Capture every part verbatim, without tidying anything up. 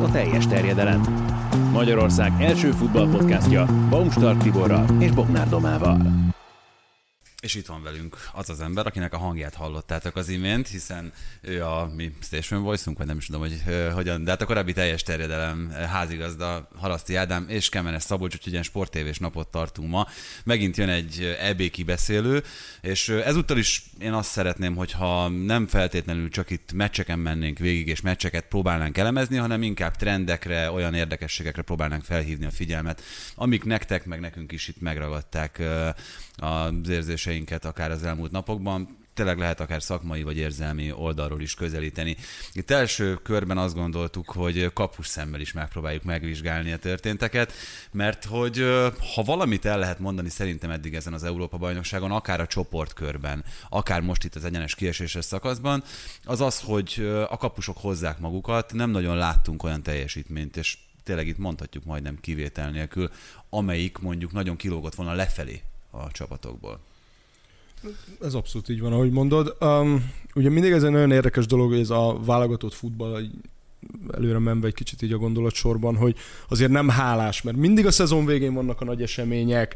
a teljes terjedelem. Magyarország első futballpodcastja Baumstark Tiborral és Bognár Domával. És itt van velünk az az ember, akinek a hangját hallottátok az imént, hiszen ő a mi Station Voice-unk, vagy nem is tudom, hogy uh, hogyan, de hát a korábbi teljes terjedelem házigazda Haraszti Ádám és Kemenes Szabolcs, úgyhogy ilyen sporttévés napot tartunk ma. Megint jön egy é bé kibeszélő, és ezúttal is én azt szeretném, hogyha nem feltétlenül csak itt meccseken mennénk végig, és meccseket próbálnánk elemezni, hanem inkább trendekre, olyan érdekességekre próbálnánk felhívni a figyelmet, amik nektek, meg nekünk is itt megragadták uh, az érzéseinket akár az elmúlt napokban. Tényleg lehet akár szakmai vagy érzelmi oldalról is közelíteni. Itt első körben azt gondoltuk, hogy kapus szemmel is megpróbáljuk megvizsgálni a történteket, mert hogy ha valamit el lehet mondani szerintem eddig ezen az Európa-bajnokságon, akár a csoportkörben, akár most itt az egyenes kieséses szakaszban, az az, hogy a kapusok hozzák magukat, nem nagyon láttunk olyan teljesítményt, és tényleg itt mondhatjuk majdnem kivétel nélkül, amelyik mondjuk nagyon kilógott volna lefelé a csapatokból. Ez abszolút így van, ahogy mondod. Um, ugye mindig ez egy nagyon érdekes dolog, hogy ez a válogatott futball előre menve egy kicsit így a gondolatsorban, hogy azért nem hálás, mert mindig a szezon végén vannak a nagy események,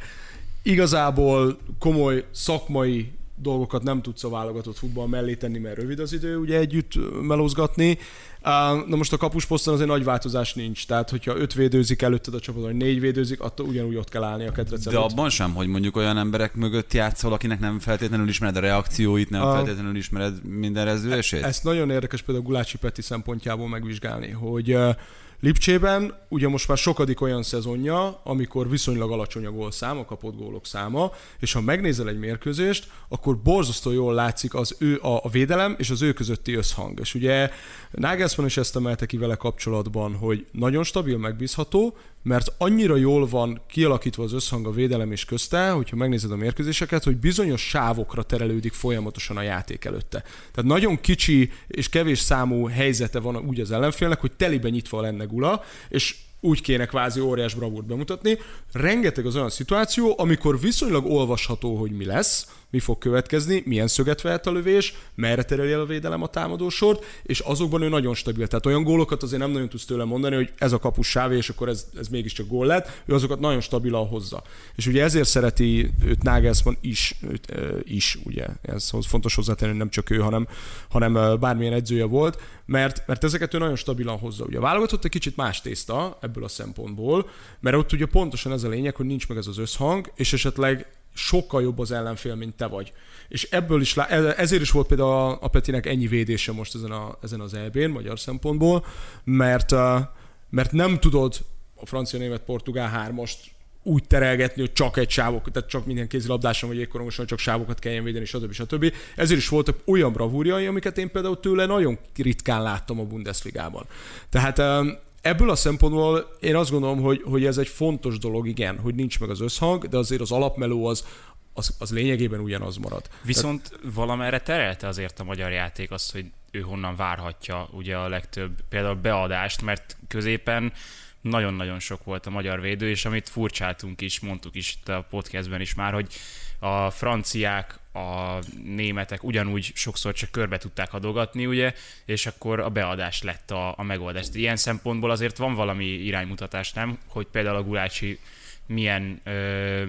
igazából komoly szakmai dolgokat nem tudsz a válogatott futball mellé tenni, mert rövid az idő ugye együtt melózgatni. Na most a kapusposzton azért nagy változás nincs, tehát hogyha öt védőzik előtted a csapat, vagy négy védőzik, attól ugyanúgy ott kell állni a ketrec előtt. De abban sem, hogy mondjuk olyan emberek mögött játszol, akinek nem feltétlenül ismered a reakcióit, nem a... feltétlenül ismered minden rezülését? Ezt nagyon érdekes például Gulácsi Peti szempontjából megvizsgálni, hogy Lipcsében ugye most már sokadik olyan szezonja, amikor viszonylag alacsony a gólszám, a kapott gólok száma, és ha megnézel egy mérkőzést, akkor borzasztó jól látszik az ő, a, a védelem és az ő közötti összhang. És ugye Nagelsmann is ezt emelte ki vele kapcsolatban, hogy nagyon stabil, megbízható, mert annyira jól van kialakítva az összhang a védelem és közte, hogyha megnézed a mérkőzéseket, hogy bizonyos sávokra terelődik folyamatosan a játék előtte. Tehát nagyon kicsi és kevés számú helyzete van úgy az ellenfélnek, hogy telibe nyitva lenne Gula, és úgy kéne kvázi óriás bravúrt bemutatni. Rengeteg az olyan szituáció, amikor viszonylag olvasható, hogy mi lesz, mi fog következni, milyen szöget vehet a lövés, merre tereli el a védelem a támadósort, és azokban ő nagyon stabil. Tehát olyan gólokat azért nem nagyon tudsz tőle mondani, hogy ez a kapus sávé, és akkor ez, ez mégiscsak gól lett, ő azokat nagyon stabilan hozza. És ugye ezért szereti őt Nagelsmann is, őt, e, is ugye, ez fontos hozzátenni, hogy nem csak ő, hanem, hanem bármilyen edzője volt, mert, mert ezeket ő nagyon stabilan hozza. Ugye a válogatott egy kicsit más tészta ebből a szempontból, mert ott ugye pontosan ez a lényeg, hogy nincs meg ez az összhang, és esetleg sokkal jobb az ellenfél, mint te vagy. És ebből is, ezért is volt például a, a Petinek ennyi védése most ezen, a, ezen az é bén, magyar szempontból, mert, mert nem tudod a francia-német-portugál hármast úgy terelgetni, hogy csak egy sávok, tehát csak minden kézilabdáson vagy jégkorongoson csak sávokat kelljen védeni, stb. stb. Ezért is voltak olyan bravúrjai, amiket én például tőle nagyon ritkán láttam a Bundesligában. Tehát ebből a szempontból én azt gondolom, hogy, hogy ez egy fontos dolog, igen, hogy nincs meg az összhang, de azért az alapmeló az, az, az lényegében ugyanaz marad. Viszont Tehát... valamerre terelte azért a magyar játék azt, hogy ő honnan várhatja ugye a legtöbb például beadást, mert középen nagyon-nagyon sok volt a magyar védő, és amit furcsáltunk is, mondtuk is itt a podcastben is már, hogy a franciák, a németek ugyanúgy sokszor csak körbe tudták adogatni, ugye, és akkor a beadás lett a, a megoldás. Ilyen szempontból azért van valami iránymutatás, nem? Hogy például a Gulácsi milyen ö,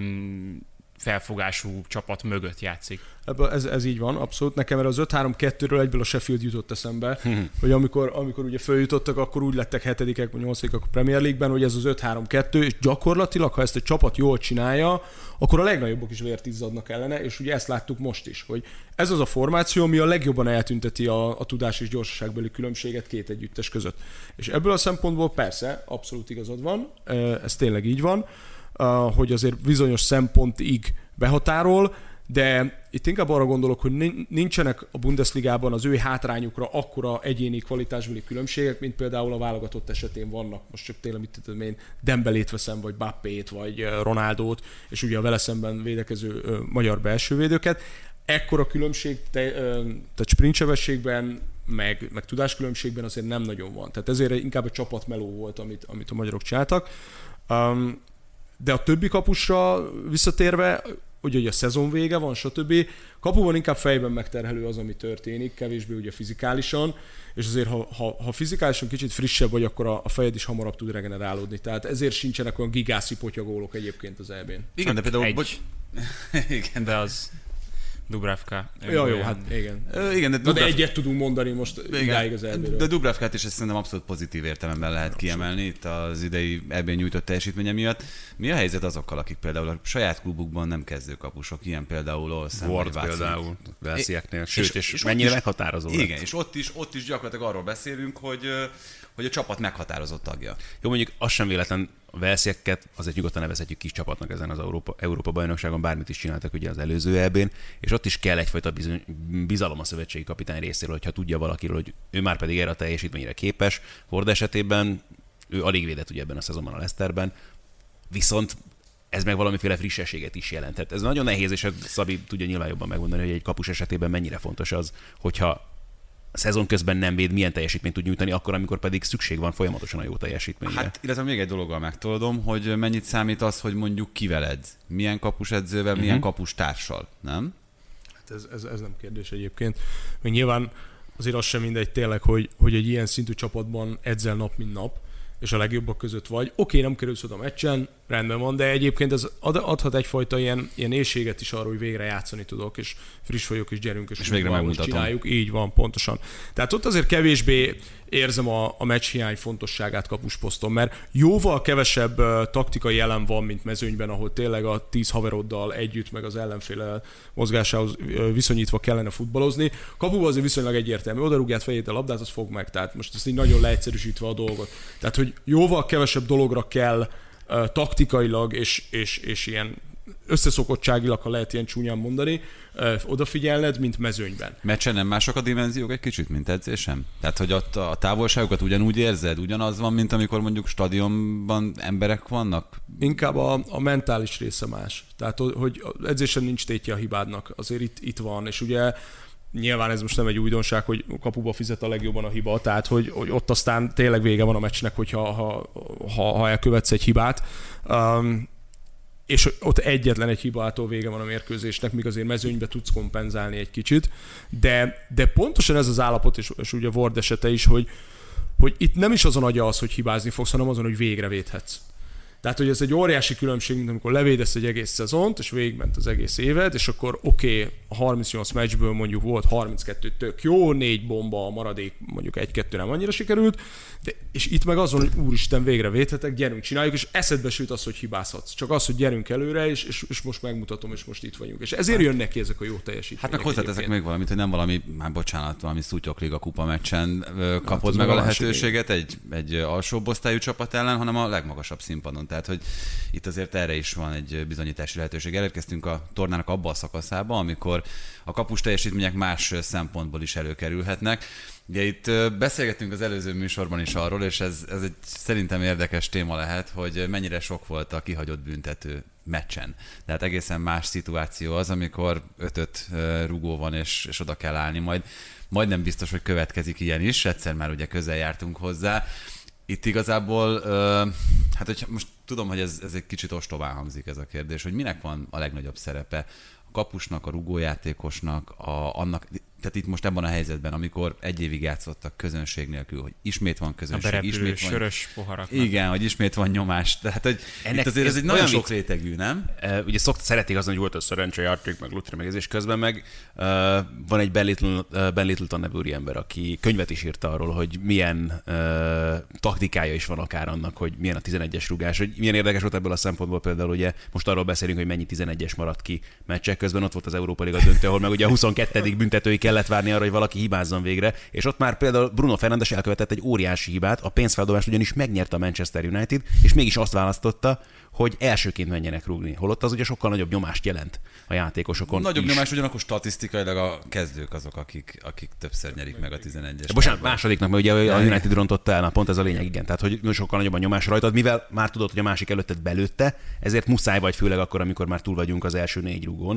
felfogású csapat mögött játszik. Ebből ez, ez így van, abszolút. Nekem erre az öt három kettőről egyből a Sheffield jutott eszembe, hogy amikor, amikor ugye följutottak, akkor úgy lettek hetedikek, vagy nyolcadikak a Premier League-ben, hogy ez az öt három kettő, és gyakorlatilag, ha ezt egy csapat jól csinálja, akkor a legnagyobbak is vért izzadnak ellene, és ugye ezt láttuk most is, hogy ez az a formáció, ami a legjobban eltünteti a, a tudás és gyorsaságbeli különbséget két együttes között. És ebből a szempontból persze, abszolút igazad van, ez tényleg így van, hogy azért bizonyos szempontig behatárol, de itt inkább arra gondolok, hogy nincsenek a Bundesligában az ő hátrányukra akkora egyéni kvalitásbeli különbségek, mint például a válogatott esetén vannak. Most csak tényleg mit tudom én, Dembelét veszem, vagy Bappét, vagy Ronaldót, és ugye a vele szemben védekező ö, magyar belsővédőket. Ekkora különbség, te, ö, tehát sprintsebességben, meg, meg tudáskülönbségben azért nem nagyon van. Tehát ezért inkább a csapatmeló volt, amit, amit a magyarok csináltak. Um, De a többi kapusra visszatérve, ugye, hogy a szezon vége van, stb. Kapuban inkább fejben megterhelő az, ami történik, kevésbé ugye fizikálisan, és azért ha, ha, ha fizikálisan kicsit frissebb vagy, akkor a, a fejed is hamarabb tud regenerálódni. Tehát ezért sincsenek olyan gigászi potyagólok egyébként az é bén. Igen, de például... Egy. Bocs... igen, de az Dubravka. Ja, jó, hát igen. Ö, igen de, Na, Dubrav... de egyet tudunk mondani most idáig az é béről. De Dubravkát is ezt szerintem abszolút pozitív értelemben lehet abszolút kiemelni itt az idei é bén nyújtott teljesítménye miatt. Mi a helyzet azokkal, akik például a saját klubukban nem kezdőkapusok, ilyen például Olsen Ward például, Velszieknél, sőt, és, és mennyire is, meghatározó igen, lett. és ott is, ott is gyakorlatilag arról beszélünk, hogy, hogy a csapat meghatározott tagja. Jó, mondjuk az sem véletlen, a Velszieket azért nyugodtan nevezhetjük kis csapatnak ezen az Európa, Európa bajnokságon, bármit is csináltak ugye az előző é bén, és ott is kell egyfajta bizony, bizalom a szövetségi kapitány részéről, hogyha tudja valakiről, hogy ő már pedig erre a teljesítményre képes. Ward esetében ő alig védett ugye ebben a szezonban a Leicesterben, viszont ez meg valamiféle frissességet is jelentett. Ez nagyon nehéz, és Szabi tudja nyilván jobban megmondani, hogy egy kapus esetében mennyire fontos az, hogyha a szezon közben nem véd, milyen teljesítményt tud nyújtani, akkor, amikor pedig szükség van folyamatosan a jó teljesítményre. Hát, illetve még egy dologgal megtoldom, hogy mennyit számít az, hogy mondjuk kiveled, milyen kapusedzővel, uh-huh. milyen kapustársal, nem? Hát ez, ez, ez nem kérdés egyébként. Még nyilván azért az sem mindegy tényleg, hogy, hogy egy ilyen szintű csapatban edzel nap, mint nap, és a legjobbak között vagy. Oké, nem kerülsz oda a meccsen, rendben van, de egyébként ez ad, adhat egyfajta ilyen, ilyen éjséget is arra, hogy végre játszani tudok, és friss vagyok, és gyerünk, és, és végre megmutatom. Csináljuk. Így van, pontosan. Tehát ott azért kevésbé érzem a, a meccshiány fontosságát kapusposzton, mert jóval kevesebb uh, taktikai elem van, mint mezőnyben, ahol tényleg a tíz haveroddal együtt, meg az ellenféle mozgásához uh, viszonyítva kellene futballozni. Kapuban azért viszonylag egyértelmű, odarúgját fejét a labdát, az fog meg. Tehát most ezt így nagyon leegyszerűsítve a dolgot. Tehát, hogy jóval kevesebb dologra kell uh, taktikailag és, és, és ilyen összeszokottságilag, ha lehet ilyen csúnyán mondani, uh, odafigyelned, mint mezőnyben. Meccsen nem mások a dimenziók egy kicsit, mint edzésem? Tehát, hogy ott a távolságokat ugyanúgy érzed, ugyanaz van, mint amikor mondjuk stadionban emberek vannak? Inkább a, a mentális része más. Tehát, hogy edzésen nincs tétje a hibádnak, azért itt, itt van, és ugye nyilván ez most nem egy újdonság, hogy kapuba fizet a legjobban a hiba, tehát hogy, hogy ott aztán tényleg vége van a meccsnek, hogyha ha, ha, ha elkövetsz egy hibát. Um, és ott egyetlen egy hibától vége van a mérkőzésnek, míg azért mezőnybe tudsz kompenzálni egy kicsit, de, de pontosan ez az állapot, és, és ugye Ward esete is, hogy, hogy itt nem is azon agya az, hogy hibázni fogsz, hanem azon, hogy végre védhetsz. Tehát, hogy ez egy óriási különbség, mint amikor levédesz egy egész szezont, és végigment az egész éved, és akkor oké, okay, a harmincnyolc meccsből mondjuk volt harminckettő tök jó, négy bomba, a maradék mondjuk egy-kettő nem annyira sikerült, de, és itt meg az van, hogy úristen, végre védhetek, gyerünk, csináljuk, és eszedbe süt az, hogy hibázhatsz. Csak az, hogy gyerünk előre, és, és, és most megmutatom, és most itt vagyunk. És ezért jönnek ki ezek a jó teljesítmények. Hát meg hozzáteszek még valamit, hogy nem valami, már bocsánat, valami Szutyokliga kupa meccsen kapod hát, meg a lehetőséget egy, egy alsóbb osztályú csapat ellen, hanem a legmagasabb színpadon. Tehát, hogy itt azért erre is van egy bizonyítási lehetőség. Elérkeztünk a tornának abba a szakaszába, amikor a kapus teljesítmények más szempontból is előkerülhetnek. Ugye itt beszélgettünk az előző műsorban is arról, és ez, ez egy szerintem érdekes téma lehet, hogy mennyire sok volt a kihagyott büntető meccsen. Tehát egészen más szituáció az, amikor ötöt rugó van, és, és oda kell állni. Majd majdnem biztos, hogy következik ilyen is, egyszer már ugye közel jártunk hozzá. Itt igazából, hát hogy most tudom, hogy ez, ez egy kicsit ostobán hangzik ez a kérdés, hogy minek van a legnagyobb szerepe a kapusnak, a rugójátékosnak, a, annak, tehát itt most ebben a helyzetben, amikor egy évig játszottak közönség nélkül, hogy ismét van közönség, a ismét van... sörös poharaknak. Igen, hogy ismét van nyomás. Tehát, hogy ennek itt azért ez, ez egy nagyon sok rétegű, nem? Uh, ugye szokt, szeretik azt, hogy volt a szerencsejáték, meg Lutri megezés közben, meg uh, van egy Ben, Little, uh, Ben Littleton nevű úriember, aki könyvet is írta arról, hogy milyen uh, taktikája is van akár annak, hogy milyen a tizenegyes rugás, hogy milyen érdekes volt ebből a szempontból például, ugye most arról beszélünk, hogy mennyi tizenegyes maradt ki meccsek közben, ott volt az Európa Liga döntő, ahol meg ugye a huszonkettedik büntetői kellett várni arra, hogy valaki hibázzon végre, és ott már például Bruno Fernandes elkövetett egy óriási hibát, a pénzfeldobást ugyanis megnyerte a Manchester United, és mégis azt választotta, hogy elsőként menjenek rúgni. Holott az ugye sokkal nagyobb nyomást jelent a játékosokon. Nagyobb is. nyomás, ugyanakkor statisztikailag a kezdők azok, akik, akik többször nyerik meg a tizenegyes. De bocsánat, másodiknak, mert ugye a United rontotta el, pont ez a lényeg, igen. Tehát, hogy sokkal nagyobb a nyomás rajtad, mivel már tudod, hogy a másik előtted belőtte, ezért muszáj vagy, főleg akkor, amikor már túl vagyunk az első négy rúgón,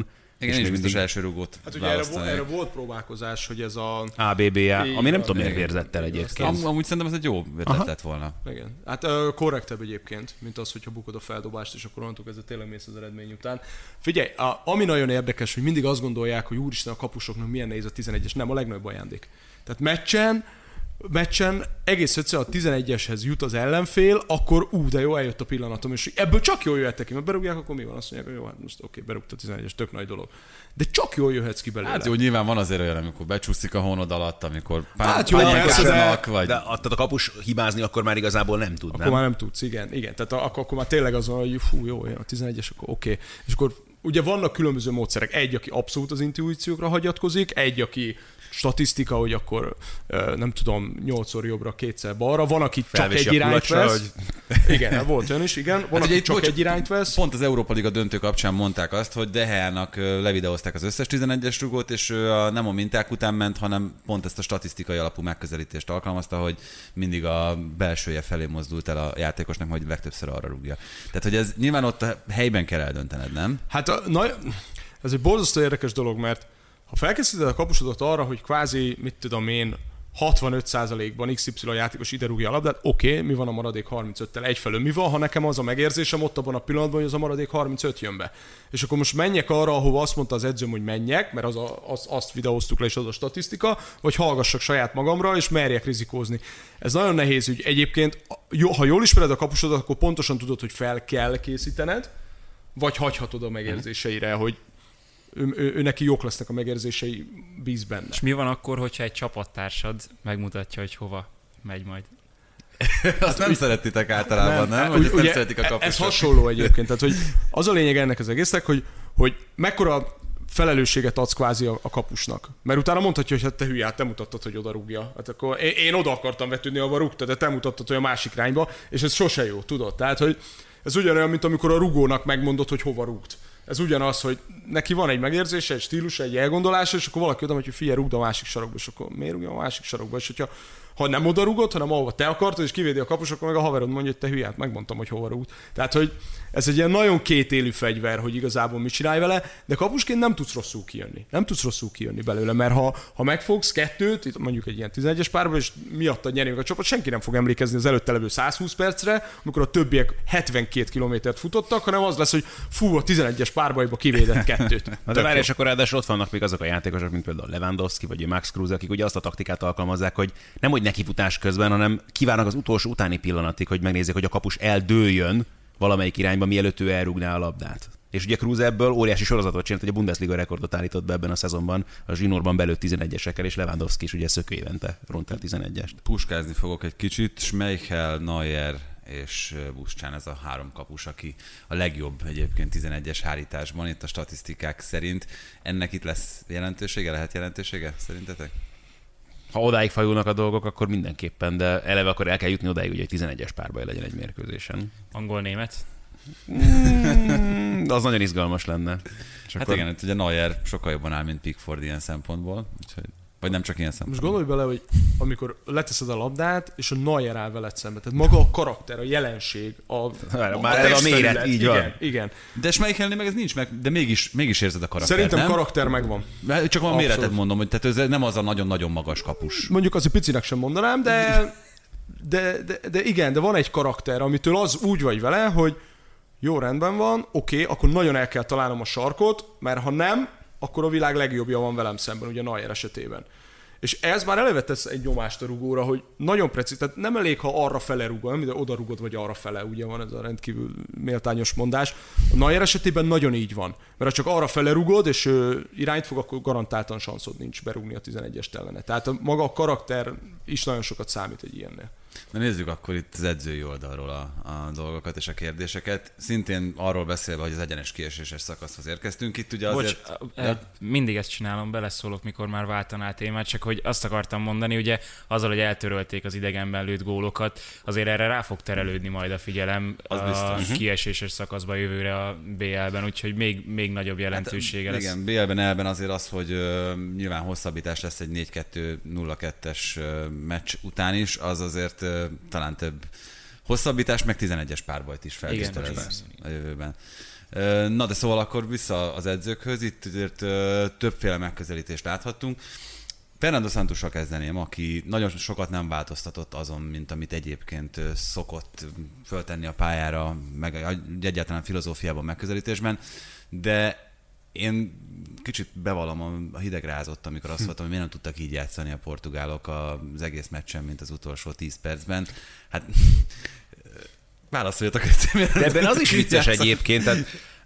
Igen, én is biztos első rugót Hát ugye erre, vo- erre volt próbálkozás, hogy ez a... á bé bé á, ami nem tudom, miért vérzett el egyébként. Am, amúgy szerintem ez egy jó ötlet lett volna. Igen. Hát uh, korrektebb egyébként, mint az, hogyha bukod a feldobást, és akkor onnantól kezdve tényleg mész az eredmény után. Figyelj, a, ami nagyon érdekes, hogy mindig azt gondolják, hogy úristen, a kapusoknak milyen nehéz a tizenegyes. Nem, a legnagyobb ajándék. Tehát meccsen, meccsen egész egyszerűen a tizenegyeshez jut az ellenfél, akkor ú, de jó, eljött a pillanatom, és ebből csak jól jöhettek ki, mert berúgják, akkor mi van? Azt mondják, hogy jó, hát most oké, okay, berúgta a tizenegyes, tök nagy dolog. De csak jól jöhetsz ki belőle. Hát jó, nyilván van azért olyan, amikor becsúszik a hónod alatt, amikor hát jó, pánikáznak, vagy... De a, a kapus hibázni akkor már igazából nem tud, Akkor nem? már nem tudsz, igen. igen. Tehát akkor, akkor már tényleg az van, hogy fú, jó, a tizenegyes, akkor oké. Okay. És akkor ugye vannak különböző módszerek. Egy, aki abszolút az intuíciókra hagyatkozik, egy, aki statisztika, hogy akkor nem tudom, nyolcszor jobbra, kétszer balra. Van, aki Felvési csak egy irányt kulacsra, vesz. Hogy... Igen, volt olyan is, igen. Van, hát aki csak bocs, egy irányt vesz. Pont az Európa Liga döntő kapcsán mondták azt, hogy De Gea-nak levideózták az összes tizenegyes rugót, és ő a, nem a minták után ment, hanem pont ezt a statisztikai alapú megközelítést alkalmazta, hogy mindig a belsője felé mozdult el a játékosnak, hogy legtöbbször arra rúgja. Tehát, hogy ez nyilván ott a helyben kell eldöntened, nem? Hát a, na, ez egy borzasztó érdekes dolog, mert ha felkészíted a kapusodat arra, hogy kvázi, mit tudom én, hatvanöt százalékban iksz ipszilon játékos ide rúgja a labdát, oké, okay, mi van a maradék harmincöttel egyfelől? Mi van, ha nekem az a megérzésem ott abban a pillanatban, hogy az a maradék harmincöt jön be? És akkor most menjek arra, ahova azt mondta az edzőm, hogy menjek, mert az a, az, azt videóztuk le, és az a statisztika, vagy hallgassak saját magamra, és merjek rizikózni. Ez nagyon nehéz ügy. Egyébként, ha jól ismered a kapusodat, akkor pontosan tudod, hogy fel kell készítened, vagy hagyhatod a megérzéseire, hogy Ő, ő, ő neki jók lesznek a megérzései, bíz benne. És mi van akkor, hogyha egy csapattársad megmutatja, hogy hova megy majd? Azt nem szeretitek általában, nem? nem? Vagy Ugye, nem szeretik a kapusok. Ez hasonló egyébként. Tehát, hogy az a lényeg ennek az egésznek, hogy, hogy mekkora felelősséget adsz kvázi a, a kapusnak. Mert utána mondhatja, hogy hát te hülye, hát te mutattad, hogy oda rúgja. Hát akkor én, én oda akartam vetődni, ahova rúgtad, de te mutattad, hogy a másik irányba, és ez sose jó, tudod? Tehát, hogy ez ugyanolyan, mint amikor a rugónak megmondod, hogy hova rúgt. Ez ugyanaz, hogy neki van egy megérzése, egy stílusa, egy elgondolása, és akkor valaki oda megy, hogy figyelj, rúgd a másik sarokba, és akkor miért rúgja a másik sarokba? És hogyha ha nem oda rúgod, hanem ahova te akartad, és kivédi a kapus, akkor meg a haverod mondja, hogy te hülye, hát megmondtam, hogy hova rúgd. Tehát, hogy ez egy ilyen nagyon kétélű fegyver, hogy igazából mit csinálj vele, de kapusként nem tudsz rosszul kijönni. Nem tudsz rosszul kijönni belőle, mert ha, ha megfogsz kettőt, itt mondjuk egy ilyen tizenegyes párban, és miattad nyerni a csapat, senki nem fog emlékezni az előtte levő százhúsz percre, amikor a többiek hetvenkét kilométert futottak, hanem az lesz, hogy fú, a tizenegyes párbajba kivédett kettőt. De várj, és akkor ráadásul ott vannak még azok a játékosok, mint például Lewandowski vagy Max Kruse, akik ugye azt a taktikát alkalmazzák, hogy nem hogy nekifutás közben, hanem kívánnak az utolsó utáni pillanatig, hogy megnézzék, hogy a kapus eldőljön valamelyik irányba, mielőtt ő elrúgná a labdát. És ugye Kruse ebből óriási sorozatot csinált, hogy a Bundesliga rekordot állított be ebben a szezonban, a zsinórban belőtt tizenegyesekkel, és Lewandowski is ugye szökő évente ront el tizenegyest. Puskázni fogok egy kicsit, Schmeichel, Neuer és Buschán, ez a három kapus, aki a legjobb egyébként tizenegyes hárításban, itt a statisztikák szerint. Ennek itt lesz jelentősége, lehet jelentősége szerintetek? Ha odáig fajulnak a dolgok, akkor mindenképpen, de eleve akkor el kell jutni odáig, hogy egy tizenegyes párbaj legyen egy mérkőzésen. Angol-német? Mm, de az nagyon izgalmas lenne. És hát akkor... igen, ugye Neuer sokkal jobban áll, mint Pickford ilyen szempontból, úgyhogy, vagy nem csak ilyen szempontból. Most gondolj bele, hogy amikor leteszed a labdát, és a Neuer áll veled szembe, tehát maga a karakter, a jelenség, a, a, már a, a méret, így igen, van. Igen. De Schmeichelnél meg ez nincs meg, de mégis, mégis érzed a karaktert, Szerintem nem? karakter megvan. Csak a méretet mondom, hogy tehát ez nem az a nagyon-nagyon magas kapus. Mondjuk azért picinek sem mondanám, de, de, de, de igen, de van egy karakter, amitől az úgy vagy vele, hogy jó, rendben van, oké, akkor nagyon el kell találnom a sarkot, mert ha nem, akkor a világ legjobbja van velem szemben, ugye Neuer esetében. És ez már eleve tesz egy nyomást a rugóra, hogy nagyon precíz, tehát nem elég, ha arra fele rugod, nem ide oda rugod, vagy arra fele, ugye van ez a rendkívül méltányos mondás. A Neuer esetében nagyon így van, mert ha csak arra fele rugod, és irányt fog, akkor garantáltan sanszod nincs berúgni a tizenegyest ellene. Tehát a maga a karakter is nagyon sokat számít egy ilyennél. Na nézzük akkor itt az edzői oldalról a, a dolgokat és a kérdéseket. Szintén arról beszélve, hogy az egyenes kieséses szakaszhoz érkeztünk. Itt ugye azért... Bocs, ja. mindig ezt csinálom, beleszólok, mikor már váltanál témát, csak hogy azt akartam mondani, ugye azzal, hogy eltörölték az idegenben lőtt gólokat, azért erre rá fog terelődni majd a figyelem az a biztos. Kieséses szakaszba jövőre a bé el-ben, úgyhogy még, még nagyobb jelentősége hát, lesz. Igen, bé el-ben elben azért az, hogy uh, nyilván hosszabbítás lesz egy négy kettő nulla kettes uh, meccs után is, az azért talán több hosszabbítás, meg tizenegyes párbajt is feltételez a jövőben. Na de szóval akkor vissza az edzőkhöz, itt azért többféle megközelítést láthattunk. Fernando Santossal kezdeném, aki nagyon sokat nem változtatott azon, mint amit egyébként szokott föltenni a pályára, meg egyáltalán filozófiában, megközelítésben, de én kicsit bevallom, a hideg rázott, amikor azt mondtam, hogy miért nem tudtak így játszani a portugálok az egész meccsen, mint az utolsó tíz percben. Hát válaszoljatok össze. De ebben az is vicces egyébként, tehát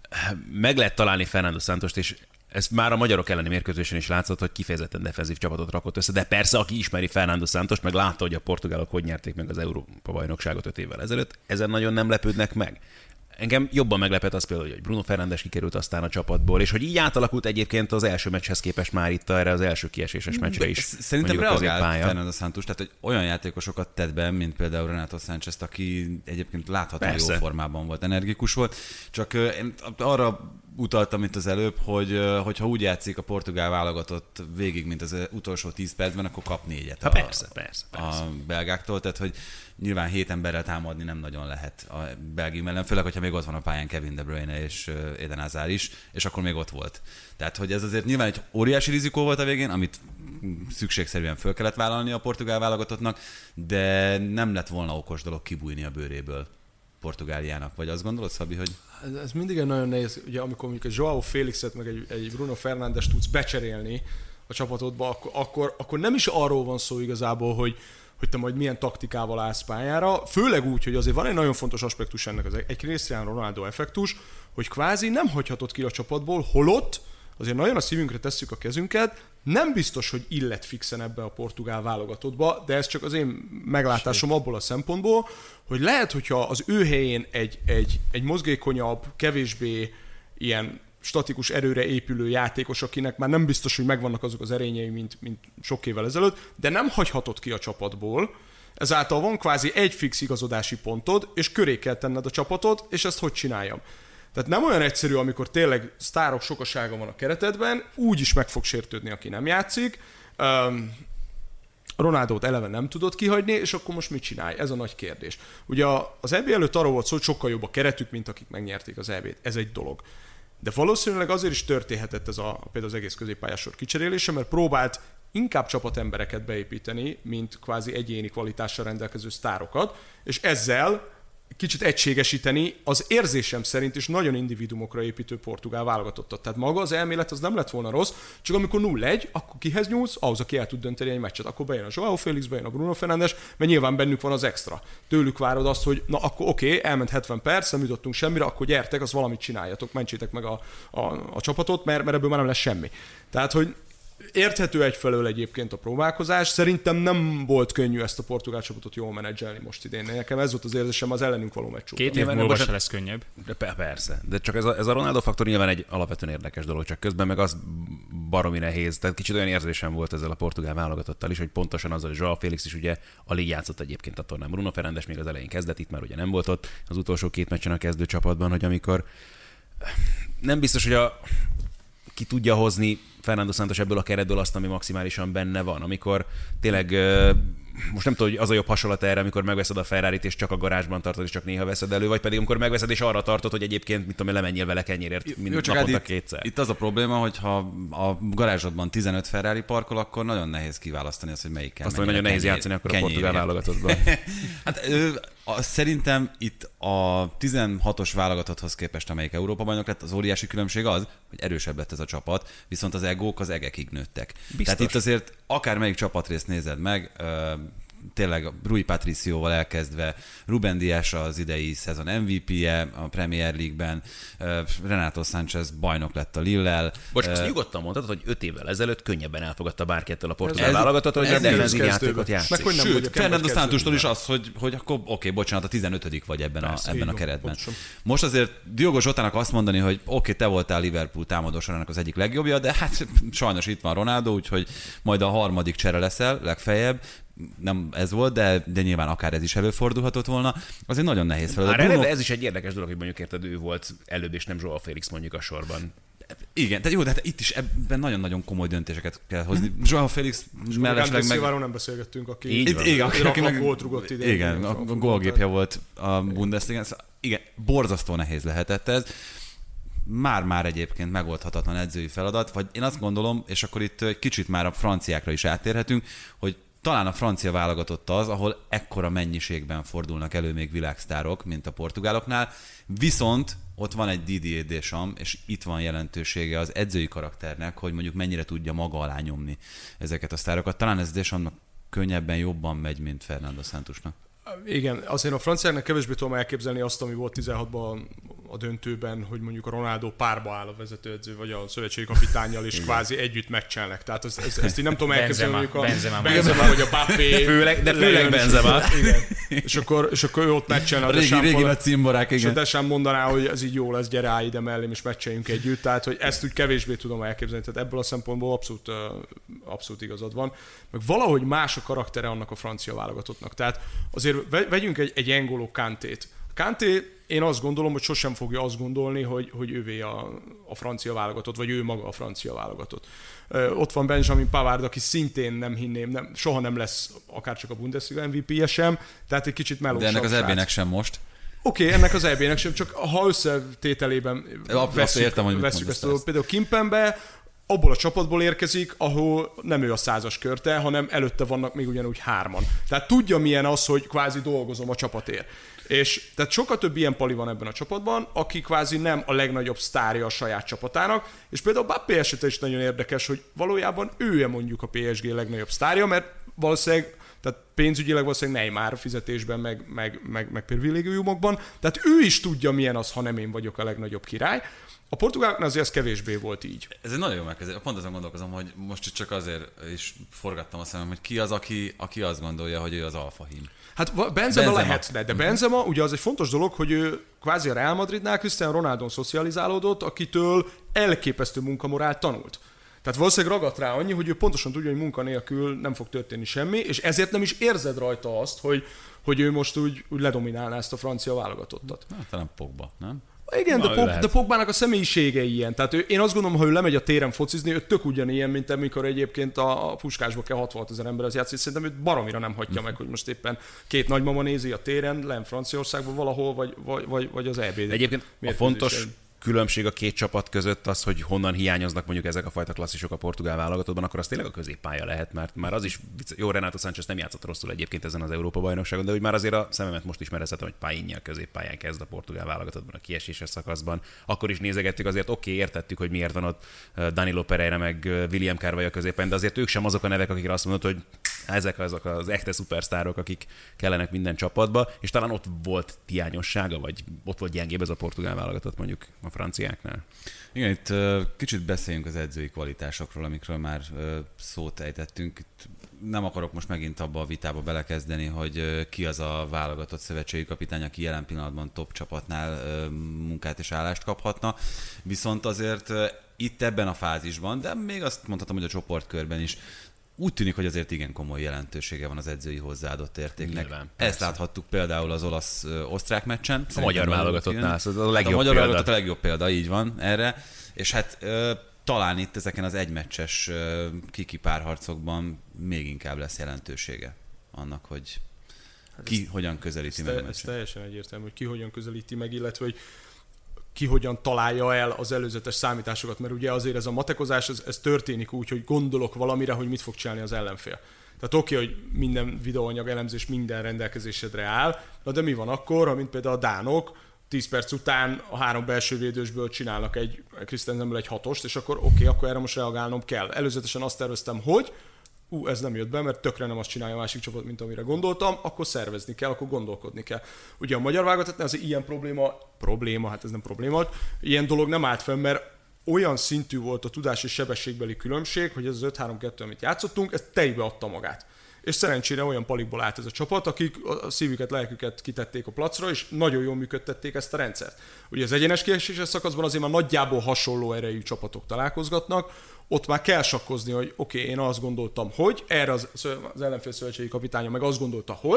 meg lehet találni Fernando Santost, és ez már a magyarok elleni mérkőzésen is látszott, hogy kifejezetten defenzív csapatot rakott össze, de persze, aki ismeri Fernando Santost, meg látta, hogy a portugálok hogy nyerték meg az Európa-bajnokságot öt évvel ezelőtt, ezen nagyon nem lepődnek meg. Engem jobban meglepett az például, hogy Bruno Fernandes kikerült aztán a csapatból, és hogy így átalakult egyébként az első meccshez képest már itt erre az első kieséses meccsre is. Szerintem reagált Fernando Santos, tehát hogy olyan játékosokat tett be, mint például Renato Sánchez, aki egyébként láthatóan jó formában volt, energikus volt. Csak én arra utaltam itt az előbb, hogy hogyha úgy játszik a portugál válogatott végig, mint az utolsó tíz percben, akkor kap négyet ha, a, persze, persze, persze. a belgáktól, tehát hogy nyilván hét emberrel támadni nem nagyon lehet a Belgium ellen, főleg, hogyha még ott van a pályán Kevin De Bruyne és Eden Hazard is, és akkor még ott volt. Tehát, hogy ez azért nyilván egy óriási rizikó volt a végén, amit szükségszerűen föl kellett vállalni a portugál válogatottnak, de nem lett volna okos dolog kibújni a bőréből Portugáliának. Vagy azt gondolod, Szabi, hogy... Ez, ez mindig egy nagyon nehéz, ugye amikor mondjuk egy Joao Félixet meg egy, egy Bruno Fernandes tudsz becserélni a csapatodba, akkor, akkor, akkor nem is arról van szó igazából, hogy hogy te majd milyen taktikával állsz pályára, főleg úgy, hogy azért van egy nagyon fontos aspektus ennek, az egy Cristiano Ronaldo effektus, hogy kvázi nem hagyhatod ki a csapatból, holott azért nagyon a szívünkre tesszük a kezünket, nem biztos, hogy illet fixen ebbe a portugál válogatottba, de ez csak az én meglátásom abból a szempontból, hogy lehet, hogyha az ő helyén egy, egy, egy mozgékonyabb, kevésbé ilyen statikus erőre épülő játékos, akinek már nem biztos, hogy megvannak azok az erényei, mint, mint sok évvel ezelőtt, de nem hagyhatod ki a csapatból, ezáltal van kvázi egy fix igazodási pontod, és köré kell tenned a csapatot, és ezt hogy csináljam? Tehát nem olyan egyszerű, amikor tényleg sztárok sokasága van a keretedben, úgy is meg fog sértődni, aki nem játszik. Um, Ronaldót eleve nem tudod kihagyni, és akkor most mit csinálj? Ez a nagy kérdés. Ugye az é bé előtt arról volt szó, hogy sokkal jobb a keretük, mint akik megnyerték az é bét. Ez egy dolog. De valószínűleg azért is történhetett ez a, például az egész középpályásor kicserélése, mert próbált inkább csapatembereket beépíteni, mint kvázi egyéni kvalitással rendelkező sztárokat, és ezzel kicsit egységesíteni az érzésem szerint is nagyon individuumokra építő portugál válogatottat. Tehát maga az elmélet az nem lett volna rossz, csak amikor nulla egy, akkor kihez nyúlsz, ahhoz, aki el tud dönteni egy meccset. Akkor bejön a Joao Félix, bejön a Bruno Fernandes, mert nyilván bennük van az extra. Tőlük várod azt, hogy na akkor oké, okay, elment hetven perc, nem jutottunk semmire, akkor gyertek, azt valamit csináljatok, mentsétek meg a, a, a csapatot, mert, mert ebből már nem lesz semmi. Tehát, hogy érthető egyfelől egyébként a próbálkozás. Szerintem nem volt könnyű ezt a portugál csapatot jól menedzselni most idén. Nekem ez volt az érzésem az ellenünk való meccs után. Két év múlva se lesz könnyebb. De persze. De csak ez a, ez a Ronaldo faktor nyilván egy alapvetően érdekes dolog, csak közben meg az baromi nehéz. Tehát kicsit olyan érzésem volt ezzel a portugál válogatottal is, hogy pontosan azzal, hogy Joao Félix is ugye alig játszott egyébként a tornán. Bruno Fernandes még az elején kezdett, itt már ugye nem volt ott az utolsó két meccsen a kezdő csapatban, hogy amikor nem biztos, hogy a ki tudja hozni Fernando Santos ebből a keretből azt, ami maximálisan benne van. Amikor tényleg, most nem tudom, hogy az a jobb hasonlat erre, amikor megveszed a Ferrarit, és csak a garázsban tartod, és csak néha veszed elő, vagy pedig amikor megveszed, és arra tartod, hogy egyébként, mit tudom, lemenjél vele kenyérért, mint naponta kétszer. Itt az a probléma, hogy ha a garázsodban tizenöt Ferrari parkol, akkor nagyon nehéz kiválasztani azt, hogy melyikkel. Azt mondja, hogy nagyon nehéz játszani akkor a portugál válogatottban. Hát ő, a, szerintem itt a tizenhatos válogatotthoz képest, amelyik Európa-bajnok lett, az óriási különbség az, hogy erősebb lett ez a csapat, viszont az egók az egekig nőttek. Biztos. Tehát itt azért akármelyik csapatrészt nézed meg, tényleg Rui Patricióval elkezdve, Ruben Díaz az idei szezon em vé pé-je a Premier League-ben, Renato Sánchez bajnok lett a Lille-el. Bocs, azt nyugodtan mondhatod, hogy öt évvel ezelőtt könnyebben elfogadta bárki ettől a portugál válogatottal, hogy a defenzív játékot játszik. Meg, sőt, Fernando Santostól is az, hogy, hogy akkor oké, okay, bocsánat, a tizenötödik vagy ebben a, ebben a keretben. Pontosan. Most azért Diogo Zsotának azt mondani, hogy oké, okay, te voltál Liverpool támadósorának az egyik legjobbja, de hát sajnos itt van Ronaldo, úgyhogy majd a harmadik csere leszel legfeljebb. Nem ez volt, de, de nyilván akár ez is előfordulhatott volna. Az egy nagyon nehéz feladat. Bruno... Ez is egy érdekes dolog, hogy mondjuk érted, ő volt előbb, és nem Joao Félix mondjuk a sorban. Igen, tehát jó, de hát itt is ebben nagyon-nagyon komoly döntéseket kell hozni. Joao Félix mellesleg meg... Szilváról nem beszélgettünk, aki, Így, igen, aki, aki meg gólt rugott idén. Igen, a, a gólgépje volt a Bundesliga. Igen, borzasztó nehéz lehetett ez. már-már egyébként megoldhatatlan edzői feladat, vagy én azt gondolom, és akkor itt egy kicsit már a franciákra is átérhetünk, hogy talán a francia válogatott az, ahol ekkora mennyiségben fordulnak elő még világsztárok, mint a portugáloknál, viszont ott van egy Didier Deschamps, és itt van jelentősége az edzői karakternek, hogy mondjuk mennyire tudja maga alá nyomni ezeket a sztárokat. Talán ez Deschampsnak könnyebben, jobban megy, mint Fernando Santosnak. Igen, azért a franciáknak kevésbé tudom elképzelni azt, ami volt tizenhatban a döntőben, hogy mondjuk a Ronaldo párba áll a vezetőedző, vagy a szövetségi kapitánnyal, és kvázi együtt meccselnek. Tehát ezt, ezt, ezt így nem tudom elképzelni, mondjuk a Benzema, Benzema vagy a Mbappé. Főleg, de főleg Benzema. Igen. És akkor, és akkor ő ott meccselne a régi, régi nagy cimborák, igen. És a Deschamps mondaná, hogy ez így jó lesz, gyere áll ide mellém, és meccseljünk együtt. Tehát, hogy ezt úgy kevésbé tudom elképzelni. Tehát ebből a szempontból abszolút, abszolút igazad van. Meg valahogy más a karaktere annak a francia válogatottnak. Tehát azért vegyünk egy, egy N'Golo Kantét. Kanté, én azt gondolom, hogy sosem fogja azt gondolni, hogy, hogy ővé a, a francia válogatott, vagy ő maga a francia válogatott. Ö, ott van Benjamin Pavard, aki szintén nem hinném, nem, soha nem lesz akárcsak a Bundesliga em vé pé-je sem, tehát egy kicsit melósabb. De ennek az srác. é bé-nek sem most. Oké, okay, ennek az é bé-nek sem, csak ha összetételében veszük, értem, hogy veszük ezt, ezt. Például Kimpembe abból a csapatból érkezik, ahol nem ő a százas körte, hanem előtte vannak még ugyanúgy hárman. Tehát tudja, milyen az, hogy kvázi dolgozom a csapatért. És tehát sokkal több ilyen pali van ebben a csapatban, aki kvázi nem a legnagyobb sztárja a saját csapatának, és például Mbappé esete is nagyon érdekes, hogy valójában ő mondjuk a pé es gé legnagyobb sztárja, mert valószínűleg, tehát pénzügyileg valószínűleg Neymar fizetésben, meg, meg, meg, meg privilégiumokban, tehát ő is tudja, milyen az, ha nem én vagyok a legnagyobb király. A portugáloknál azért ez kevésbé volt így. Ez egy nagyon jó megkezdés. Pont azon gondolkozom, hogy most csak azért is forgattam a szemem, hogy ki az, aki, aki azt gondolja, hogy ő az alfahím. Hát Benzema, Benzema lehetne, de Benzema, ugye az egy fontos dolog, hogy ő kvázi a Real Madridnál Cristiano Ronaldon szocializálódott, akitől elképesztő munkamorált tanult. Tehát valószínűleg ragadt rá annyi, hogy ő pontosan tudja, hogy munka nélkül nem fog történni semmi, és ezért nem is érzed rajta azt, hogy, hogy ő most úgy, úgy ledominálná ezt a francia válogatottat. Hát talán Pogba, nem? Igen, de, Pog, de Pogbának a személyisége ilyen. Tehát ő, én azt gondolom, ha ő lemegy a téren focizni, ő tök ugyanilyen, mint amikor egyébként a, a Puskásba kell hatvanhat ezer ember az játszik. Szerintem őt baromira nem hagyja meg, hogy most éppen két nagymama nézi a téren, len Franciaországban valahol, vagy, vagy, vagy, vagy az é bé. Egyébként a fontos különbség a két csapat között az, hogy honnan hiányoznak mondjuk ezek a fajta klasszisok a portugál válogatottban, akkor az tényleg a középpálya lehet, mert már az is, jó, Renato Sánchez nem játszott rosszul egyébként ezen az Európa-bajnokságon, de úgy már azért a szememet most ismerezhetem, hogy Painha középpályán kezd a portugál válogatottban a kieséses szakaszban. Akkor is nézegettük, azért oké, okay, értettük, hogy miért van ott Danilo Pereira meg William Carvalho középen, de azért ők sem azok a nevek, akikre azt mondod, hogy ezek azok az echte szupersztárok, akik kellenek minden csapatba, és talán ott volt hiányossága, vagy ott volt gyengébb ez a portugál válogatott mondjuk a franciáknál. Igen, itt uh, kicsit beszéljünk az edzői kvalitásokról, amikről már uh, szót ejtettünk. Itt nem akarok most megint abba a vitába belekezdeni, hogy uh, ki az a válogatott szövetségi kapitány, aki jelen pillanatban top csapatnál uh, munkát és állást kaphatna. Viszont azért uh, itt ebben a fázisban, de még azt mondhatom, hogy a csoportkörben is úgy tűnik, hogy azért igen komoly jelentősége van az edzői hozzáadott értéknek. Nyilván, Ezt láthattuk például az olasz-osztrák meccsen. A magyar válogatottnál, ez a legjobb hát a magyar példa. válogatott a legjobb példa, így van erre. És hát ö, talán itt ezeken az egymeccses ö, kiki párharcokban még inkább lesz jelentősége annak, hogy ki ezt, hogyan közelíti meg te, a meccset. Ez teljesen egyértelmű, hogy ki hogyan közelíti meg, illetve hogy ki hogyan találja el az előzetes számításokat, mert ugye azért ez a matekozás, ez, ez történik úgy, hogy gondolok valamire, hogy mit fog csinálni az ellenfél. Tehát oké, okay, hogy minden videóanyag elemzés minden rendelkezésedre áll, de mi van akkor, ha mint például a dánok tíz perc után a három belső védősből csinálnak egy Christensenből egy hatost, és akkor oké, okay, akkor erre most reagálnom kell. Előzetesen azt terveztem, hogy ú, ez nem jött be, mert tökre nem azt csinálja a másik csapat, mint amire gondoltam, akkor szervezni kell, akkor gondolkodni kell. Ugye a magyar válogatottnál azért ilyen probléma, probléma, hát ez nem probléma, ilyen dolog nem állt fenn, mert olyan szintű volt a tudás és sebességbeli különbség, hogy ez az öt három kettő, amit játszottunk, ez tejbe adta magát. És szerencsére olyan palikból állt ez a csapat, akik a szívüket, lelküket kitették a placra, és nagyon jól működtették ezt a rendszert. Ugye az egyenes kieséses szakaszban azért már nagyjából hasonló erejű csapatok találkozgatnak, ott már kell sakkozni, hogy oké, okay, én azt gondoltam, hogy, erre az, az ellenfél szövetségi kapitánya meg azt gondolta, hogy,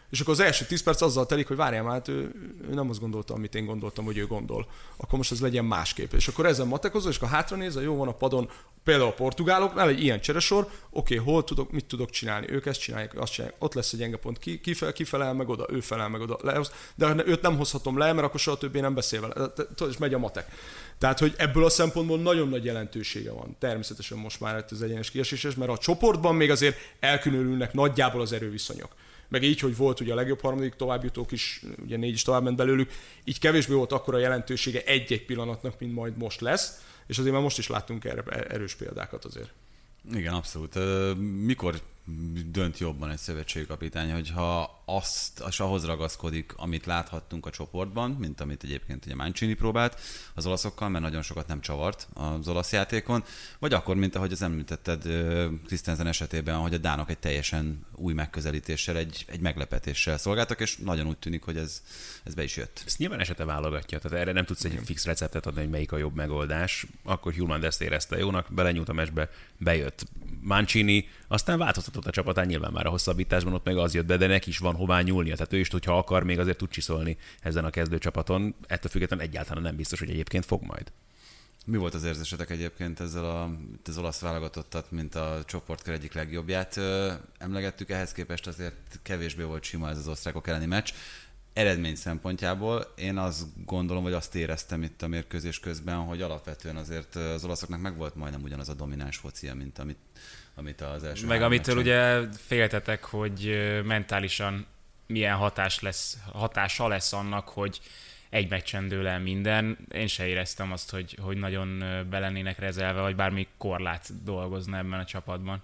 És akkor az első tíz perc azzal telik, hogy várjál már, hát ő, ő nem azt gondolta, amit én gondoltam, hogy ő gondol. Akkor most ez legyen másképp. És akkor ezen matekozol, és akkor hátra nézel, jó van a padon, például a portugáloknál egy ilyen cseresor, oké, okay, hol tudok, mit tudok csinálni? Ők ezt csinálják, azt csinálják. Ott lesz egy gyenge pont, ki, ki, fel, ki felel meg oda, ő felel meg oda. Lehoz, de őt nem hozhatom le, mert akkor soha többé nem beszél vele. És megy a matek. Tehát, hogy ebből a szempontból nagyon nagy jelentősége van. Természetesen most már az egyenes kieséses, mert a csoportban még azért elkülönülnek nagyjából az erőviszonyok. Meg így, hogy volt ugye a legjobb harmadik továbbjutók is, ugye négy is tovább ment belőlük, így kevésbé volt akkora jelentősége egy-egy pillanatnak, mint majd most lesz, és azért már most is láttunk erre erős példákat azért. Igen, abszolút. Mikor dönt jobban egy szövetségkapitány, hogyha azt, és ahhoz ragaszkodik, amit láthattunk a csoportban, mint amit egyébként ugye Mancini próbált az olaszokkal, mert nagyon sokat nem csavart az olasz játékon, vagy akkor, mint ahogy az említetted Christensen esetében, hogy a dánok egy teljesen új megközelítéssel, egy, egy meglepetéssel szolgáltak, és nagyon úgy tűnik, hogy ez, ez be is jött. Ezt nyilván esete válogatja, tehát erre nem tudsz egy fix receptet adni, hogy melyik a jobb megoldás. Akkor Hjulmand ezt érezte jónak, belenyúlt a meccsbe, bejött. Mancini aztán változtatott a csapatán, nyilván már a hosszabbításban ott meg az jött be, de neki is van hová nyúlnia. Tehát ő is, hogyha akar, még azért tud csiszolni ezen a kezdőcsapaton. Ettől függetlenül egyáltalán nem biztos, hogy egyébként fog majd. Mi volt az érzésetek egyébként ezzel a, az olasz válogatottat, mint a csoportkör egyik legjobbját? Ö, emlegettük, ehhez képest azért kevésbé volt sima ez az osztrákok elleni meccs. Eredmény szempontjából én azt gondolom, vagy azt éreztem itt a mérkőzés közben, hogy alapvetően azért az olaszoknak megvolt majdnem ugyanaz a domináns focia, mint amit, amit az első. Meg amitől ugye féltetek, hogy mentálisan milyen hatás lesz, hatása lesz annak, hogy egy meccsen dől el minden. Én se éreztem azt, hogy, hogy nagyon belennének rezelve, vagy bármi korlát dolgozna ebben a csapatban.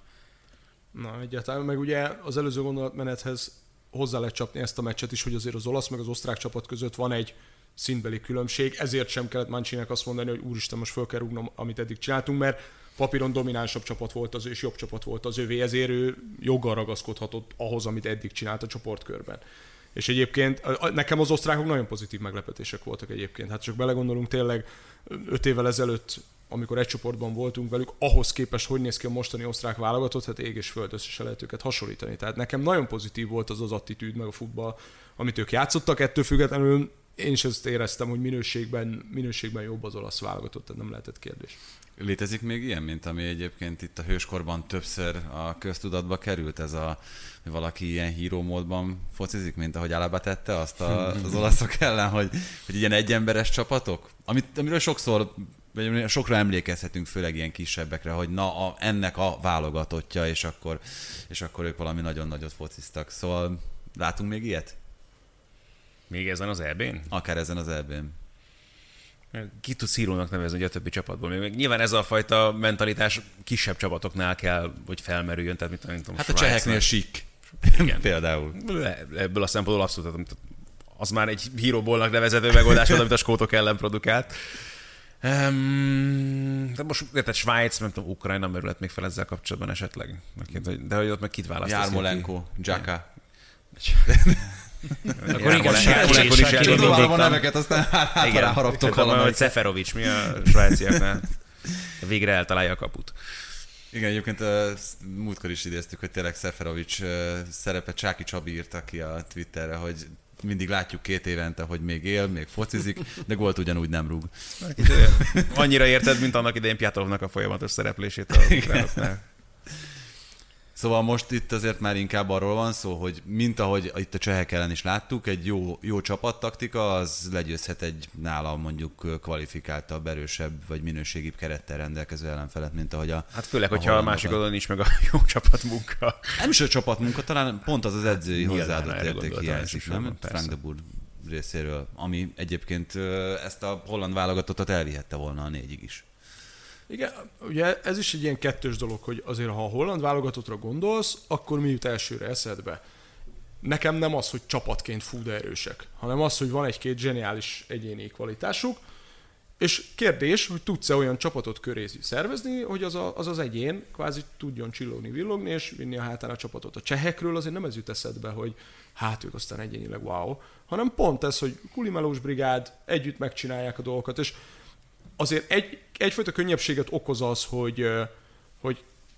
Na, egyáltalán, meg ugye az előző gondolatmenethez hozzá lehet csapni ezt a meccset is, hogy azért az olasz meg az osztrák csapat között van egy szintbeli különbség, ezért sem kellett Mancininek azt mondani, hogy úristen, most föl kell rúgnom, amit eddig csináltunk, mert papíron dominánsabb csapat volt az ő, és jobb csapat volt az övé, ezért ő joggal ragaszkodhatott ahhoz, amit eddig csinált a csoportkörben. És egyébként nekem az osztrákok nagyon pozitív meglepetések voltak egyébként. Hát csak belegondolunk tényleg öt évvel ezelőtt, amikor egy csoportban voltunk velük, ahhoz képest, hogy néz ki a mostani osztrák válogatott, hát ég és föld, össze se lehet őket hasonlítani. Tehát nekem nagyon pozitív volt az az attitűd, meg a futball, amit ők játszottak, ettől függetlenül én is ezt éreztem, hogy minőségben, minőségben jobb az olasz válogatott, tehát nem lehetett kérdés. Létezik még ilyen, mint ami egyébként itt a hőskorban többször a köztudatba került, ez a, hogy valaki ilyen híró módban focizik, mint ahogy Alaba tette azt a, az olaszok ellen, hogy, hogy ilyen egyemberes csapatok, amit, amiről sokszor, vagy sokra emlékezhetünk, főleg ilyen kisebbekre, hogy na, a, ennek a válogatottja, és akkor, és akkor ők valami nagyon nagyot fociztak. Szóval látunk még ilyet? Még ezen az é bén? Akár ezen az é bén. Ki tudsz hírónak nevezni, hogy a többi csapatból. Még nyilván ez a fajta mentalitás kisebb csapatoknál kell, hogy felmerüljön. Tehát, mint, mint, hát a cseheknél sik. Például. Ebből a szempontból abszolút. Az már egy híróbólnak nevezető megoldás volt, amit a skótok ellen produkált. Um, de most érted, Svájc, nem tudom, Ukrajna merülhet még fel ezzel kapcsolatban esetleg. De hogy ott meg kit választasz? Jarmolenko, Dzsaka. Akkor igen, is elindultam a neveket, aztán hátra haraptok valamelyik. Szeferovics, mi a svájciaknál? Végre eltalálja a kaput. Igen, egyébként múltkor is idéztük, hogy tényleg Szeferovics szerepe Csáki Csabi írta ki a Twitterre, hogy mindig látjuk két évente, hogy még él, még focizik, de gólt ugyanúgy nem rúg. Annyira érted, mint annak idején Pjatrovnak a folyamatos szereplését a ukránoknál. Szóval most itt azért már inkább arról van szó, hogy mint ahogy itt a csehek ellen is láttuk, egy jó, jó csapattaktika, az legyőzhet egy nála mondjuk kvalifikáltabb, erősebb vagy minőségibb kerettel rendelkező ellenfelet, mint ahogy a... Hát főleg, a hogyha a másik oldalon nincs meg a jó csapatmunka. Nem is a csapatmunka, talán pont az az edzői hozzáadott érték hiányzik, nem? Frank de Boer részéről, ami egyébként ezt a holland válogatottat elvihette volna a négyig is. Igen, ugye ez is egy ilyen kettős dolog, hogy azért ha a holland válogatottra gondolsz, akkor mi jut elsőre eszedbe? Nekem nem az, hogy csapatként fú de erősek, hanem az, hogy van egy-két zseniális egyéni kvalitásuk, és kérdés, hogy tudsz-e olyan csapatot köré szervezni, hogy az, a, az az egyén kvázi tudjon csillogni, villogni, és vinni a hátán a csapatot. A csehekről azért nem ez jut eszedbe, hogy hát ők aztán egyénileg wow, hanem pont ez, hogy Kulimelós brigád, együtt megcsinálják a dolgokat, és azért egy, egyfajta könnyebbséget okoz az, hogy, hogy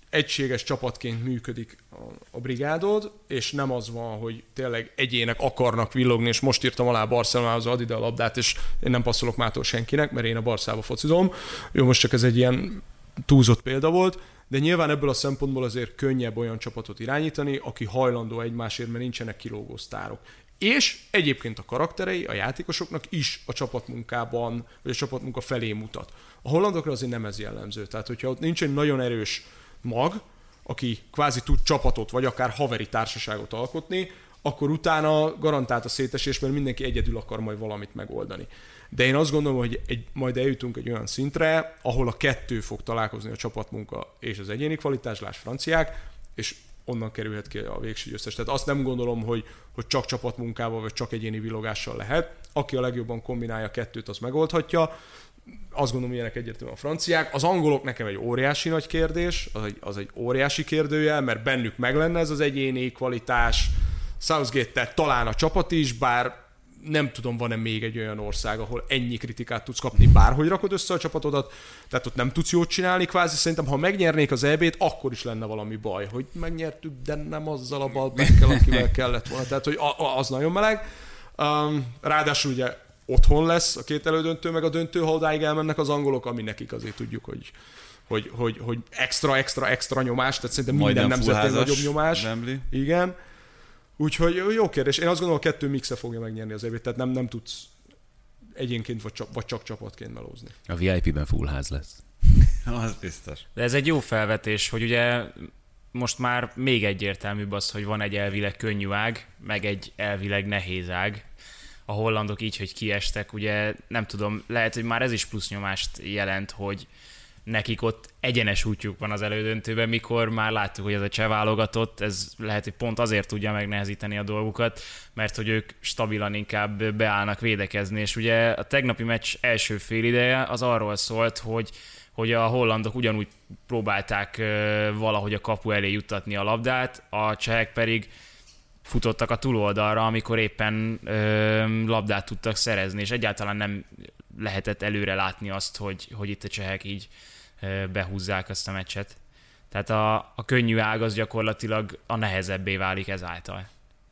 egységes csapatként működik a, a brigádod, és nem az van, hogy tényleg egyének akarnak villogni, és most írtam alá Barcelonához, add ide a labdát, és én nem passzolok mától senkinek, mert én a Barszába focizom. Jó, most csak ez egy ilyen túlzott példa volt, de nyilván ebből a szempontból azért könnyebb olyan csapatot irányítani, aki hajlandó egymásért, mert nincsenek kilógó sztárok. És egyébként a karakterei a játékosoknak is a csapatmunkában, vagy a csapatmunka felé mutat. A hollandokra azért nem ez jellemző. Tehát, hogyha ott nincs egy nagyon erős mag, aki kvázi tud csapatot, vagy akár haveri társaságot alkotni, akkor utána garantált a szétesés, mert mindenki egyedül akar majd valamit megoldani. De én azt gondolom, hogy egy, majd eljutunk egy olyan szintre, ahol a kettő fog találkozni, a csapatmunka és az egyéni kvalitás, láss franciák, és onnan kerülhet ki a végső győztes. Tehát azt nem gondolom, hogy, hogy csak csapatmunkával, vagy csak egyéni villogással lehet. Aki a legjobban kombinálja a kettőt, az megoldhatja. Azt gondolom, hogy ilyenek egyértelműen a franciák. Az angolok nekem egy óriási nagy kérdés, az egy, az egy óriási kérdőjel, mert bennük meg lenne ez az egyéni kvalitás. Southgate-tel talán a csapat is, bár nem tudom, van-e még egy olyan ország, ahol ennyi kritikát tudsz kapni, bárhogy rakod össze a csapatodat, tehát ott nem tudsz jót csinálni kvázi. Szerintem, ha megnyernék az é bét, akkor is lenne valami baj, hogy megnyertük, de nem azzal a balbekkel, akivel kellett volna. Tehát, hogy az nagyon meleg. Um, ráadásul ugye otthon lesz a két elődöntő, meg a döntő, ha odáig elmennek az angolok, ami nekik azért tudjuk, hogy, hogy, hogy, hogy extra, extra, extra nyomás, tehát szerintem minden nemzetén nagyobb nyomás. Wembley. Igen. Úgyhogy jó kérdés. Én azt gondolom, a kettő mixe fogja megnyerni az é bét, tehát nem, nem tudsz egyénként vagy csak, vagy csak csapatként melózni. A vé i pé-ben full ház lesz. Az biztos. De ez egy jó felvetés, hogy ugye most már még egyértelműbb az, hogy van egy elvileg könnyű ág, meg egy elvileg nehéz ág. A hollandok így, hogy kiestek, ugye nem tudom, lehet, hogy már ez is plusz nyomást jelent, hogy nekik ott egyenes útjuk van az elődöntőben, mikor már láttuk, hogy ez a cseh válogatott, ez lehet, hogy pont azért tudja megnehezíteni a dolgukat, mert hogy ők stabilan inkább beállnak védekezni, és ugye a tegnapi meccs első félideje az arról szólt, hogy, hogy a hollandok ugyanúgy próbálták valahogy a kapu elé juttatni a labdát, a csehek pedig futottak a túloldalra, amikor éppen ö, labdát tudtak szerezni, és egyáltalán nem lehetett előre látni azt, hogy, hogy itt a csehek így ö, behúzzák azt a meccset. Tehát a, a könnyű ág az gyakorlatilag a nehezebbé válik ezáltal.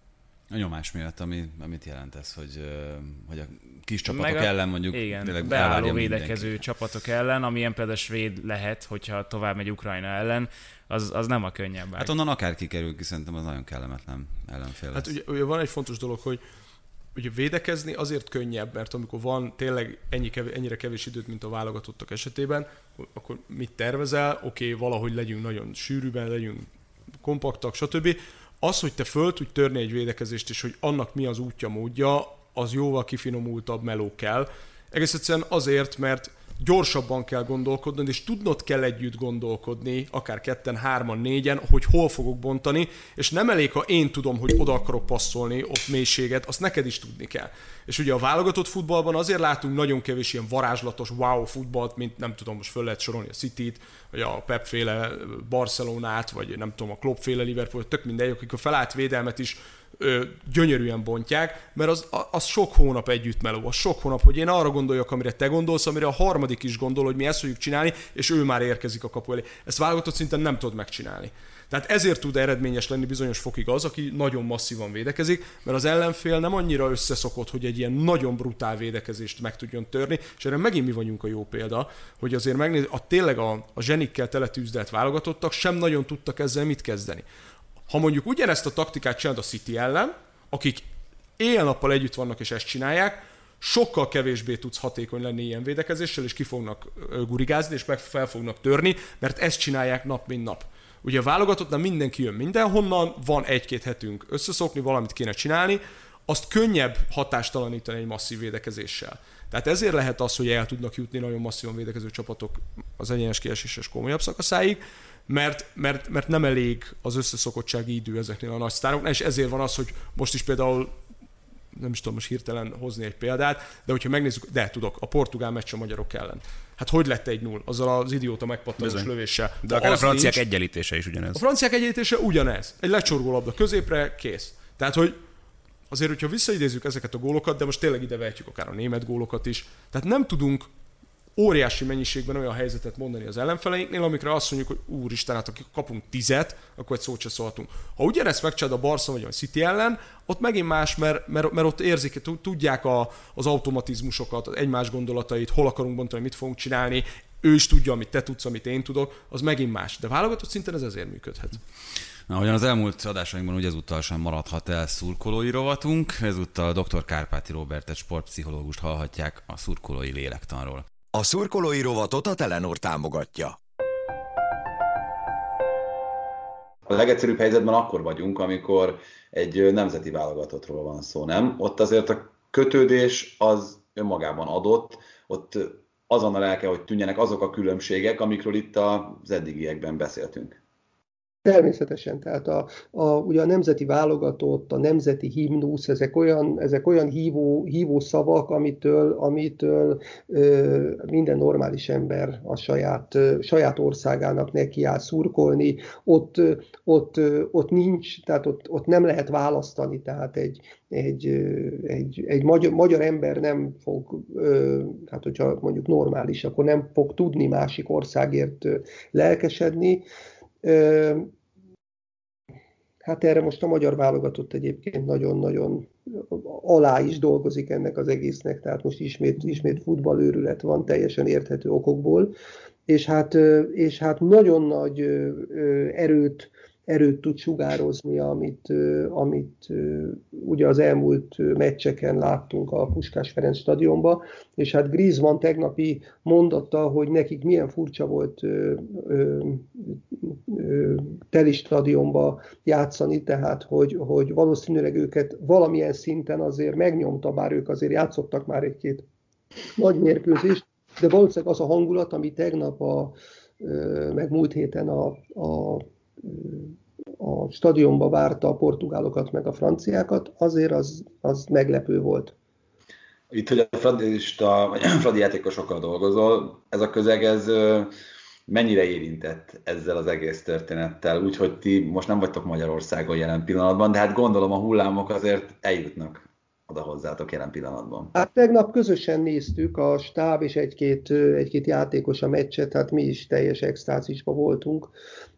A nyomás miatt, ami, amit jelent ez, hogy, hogy a kis csapatok Meg a, ellen mondjuk igen, beálló védekező mindenki. Csapatok ellen, amilyen például svéd lehet, hogyha tovább megy Ukrajna ellen, az, az nem a könnyebb ág. Hát onnan akár kikerül ki, szerintem az nagyon kellemetlen ellenfél lesz. Hát ugye, ugye van egy fontos dolog, hogy ugye védekezni azért könnyebb, mert amikor van tényleg ennyi kevés, ennyire kevés időt, mint a válogatottak esetében, akkor mit tervezel? Oké, okay, valahogy legyünk nagyon sűrűben, legyünk kompaktak, stb. Az, hogy te föl tudj törni egy védekezést, és hogy annak mi az útja, módja, az jóval kifinomultabb meló kell. Egész egyszerűen azért, mert gyorsabban kell gondolkodnod, és tudnod kell együtt gondolkodni, akár ketten, hárman, négyen, hogy hol fogok bontani, és nem elég, ha én tudom, hogy oda akarok passzolni, ott mélységet, azt neked is tudni kell. És ugye a válogatott futballban azért látunk nagyon kevés ilyen varázslatos wow futballt, mint nem tudom, most föl lehet sorolni a Cityt, vagy a Pep-féle Barcelonát, vagy nem tudom, a Klopp-féle Liverpool, tök mindegy, akik a felállt védelmet is ö, gyönyörűen bontják, mert az, az sok hónap együtt meló, az sok hónap, hogy én arra gondoljak, amire te gondolsz, amire a harmadik is gondol, hogy mi ezt fogjuk csinálni, és ő már érkezik a kapu elé. Ezt válogatott szinten nem tudod megcsinálni. Tehát ezért tud eredményes lenni bizonyos fokig az, aki nagyon masszívan védekezik, mert az ellenfél nem annyira összeszokott, hogy egy ilyen nagyon brutál védekezést meg tudjon törni, és erre megint mi vagyunk a jó példa, hogy azért megnéz, a tényleg a, a zsenikkel teletűzdelt válogatottak sem nagyon tudtak ezzel mit kezdeni. Ha mondjuk ugyanezt a taktikát csinálod a City ellen, akik éjjel-nappal együtt vannak és ezt csinálják, sokkal kevésbé tudsz hatékony lenni ilyen védekezéssel, és ki fognak gurigázni, és meg fel fognak törni, mert ezt csinálják nap mint nap. Ugye a válogatottnál mindenki jön mindenhonnan, van egy-két hetünk összeszokni, valamit kéne csinálni, azt könnyebb hatástalanítani egy masszív védekezéssel. Tehát ezért lehet az, hogy el tudnak jutni nagyon masszívan védekező csapatok az egyenes kieséses komolyabb szakaszáig, mert, mert, mert nem elég az összeszokottsági idő ezeknél a nagy sztároknál, és ezért van az, hogy most is például, nem is tudom most hirtelen hozni egy példát, de hogyha megnézzük, de tudok, a portugál meccs a magyarok ellen. Hát hogy lett egy null? Azzal az idióta megpattanós lövéssel. De, de akár a franciák nincs, egyenlítése is ugyanez. A franciák egyenlítése ugyanez. Egy lecsorgó labda középre, kész. Tehát, hogy azért, hogyha visszaidézzük ezeket a gólokat, de most tényleg ide vehetjük akár a német gólokat is, tehát nem tudunk óriási mennyiségben olyan helyzetet mondani az ellenfeleinknél, amikre azt mondjuk, hogy úristen, hát akik kapunk tizet, akkor egy szót se szóltunk. Ha ugyanezt megcsinálod a Barca vagy a City ellen, ott megint más, mert, mert, mert ott érzik, tudják a, az automatizmusokat, az egymás gondolatait, hol akarunk bontani, mit fogunk csinálni, ő is tudja, amit te tudsz, amit én tudok, az megint más. De válogatott szinten ez ezért működhet. Na, ahogyan az elmúlt adásainkban ugye ezúttal sem maradhat el szurkolói rovatunk, ezúttal dr. Kárpáti Róbertet, sportpszichológust hallhatják a szurkolói lélektanról. A szurkolói rovatot a Telenor támogatja. A legegyszerűbb helyzetben akkor vagyunk, amikor egy nemzeti válogatottról van szó, nem? Ott azért a kötődés az önmagában adott, ott azonnal el kell, hogy tűnjenek azok a különbségek, amikről itt az eddigiekben beszéltünk. Természetesen, tehát a, a, ugye a nemzeti válogatott, a nemzeti himnusz, ezek olyan, ezek olyan hívó, hívó szavak, amitől, amitől ö, minden normális ember a saját, ö, saját országának neki áll szurkolni. Ott, ö, ott, ö, ott nincs, tehát ott, ott nem lehet választani, tehát egy, egy, ö, egy, egy magyar, magyar ember nem fog, ö, hát hogyha mondjuk normális, akkor nem fog tudni másik országért ö, lelkesedni. Hát erre most a magyar válogatott egyébként nagyon-nagyon alá is dolgozik ennek az egésznek, tehát most ismét, ismét futballőrület van teljesen érthető okokból, és hát, és hát nagyon nagy erőt, erőt tud sugározni, amit, amit ugye az elmúlt meccseken láttunk a Puskás Ferenc stadionban, és hát Griezmann tegnapi mondata, hogy nekik milyen furcsa volt ö, ö, ö, teli stadionba játszani, tehát hogy, hogy valószínűleg őket valamilyen szinten azért megnyomta, bár ők azért játszottak már egy-két nagy mérkőzést, de valószínűleg az a hangulat, ami tegnap a, ö, meg múlt héten a, a a stadionba várta a portugálokat meg a franciákat, azért az, az meglepő volt. Itt, hogy a fradista, vagy a fradi játékosokkal dolgozol, ez a közeg, ez mennyire érintett ezzel az egész történettel? Úgyhogy ti most nem vagytok Magyarországon jelen pillanatban, de hát gondolom a hullámok azért eljutnak oda hozzátok jelen pillanatban. Hát tegnap közösen néztük a stáb és egy-két, egy-két játékos a meccset, hát mi is teljes extázisban voltunk.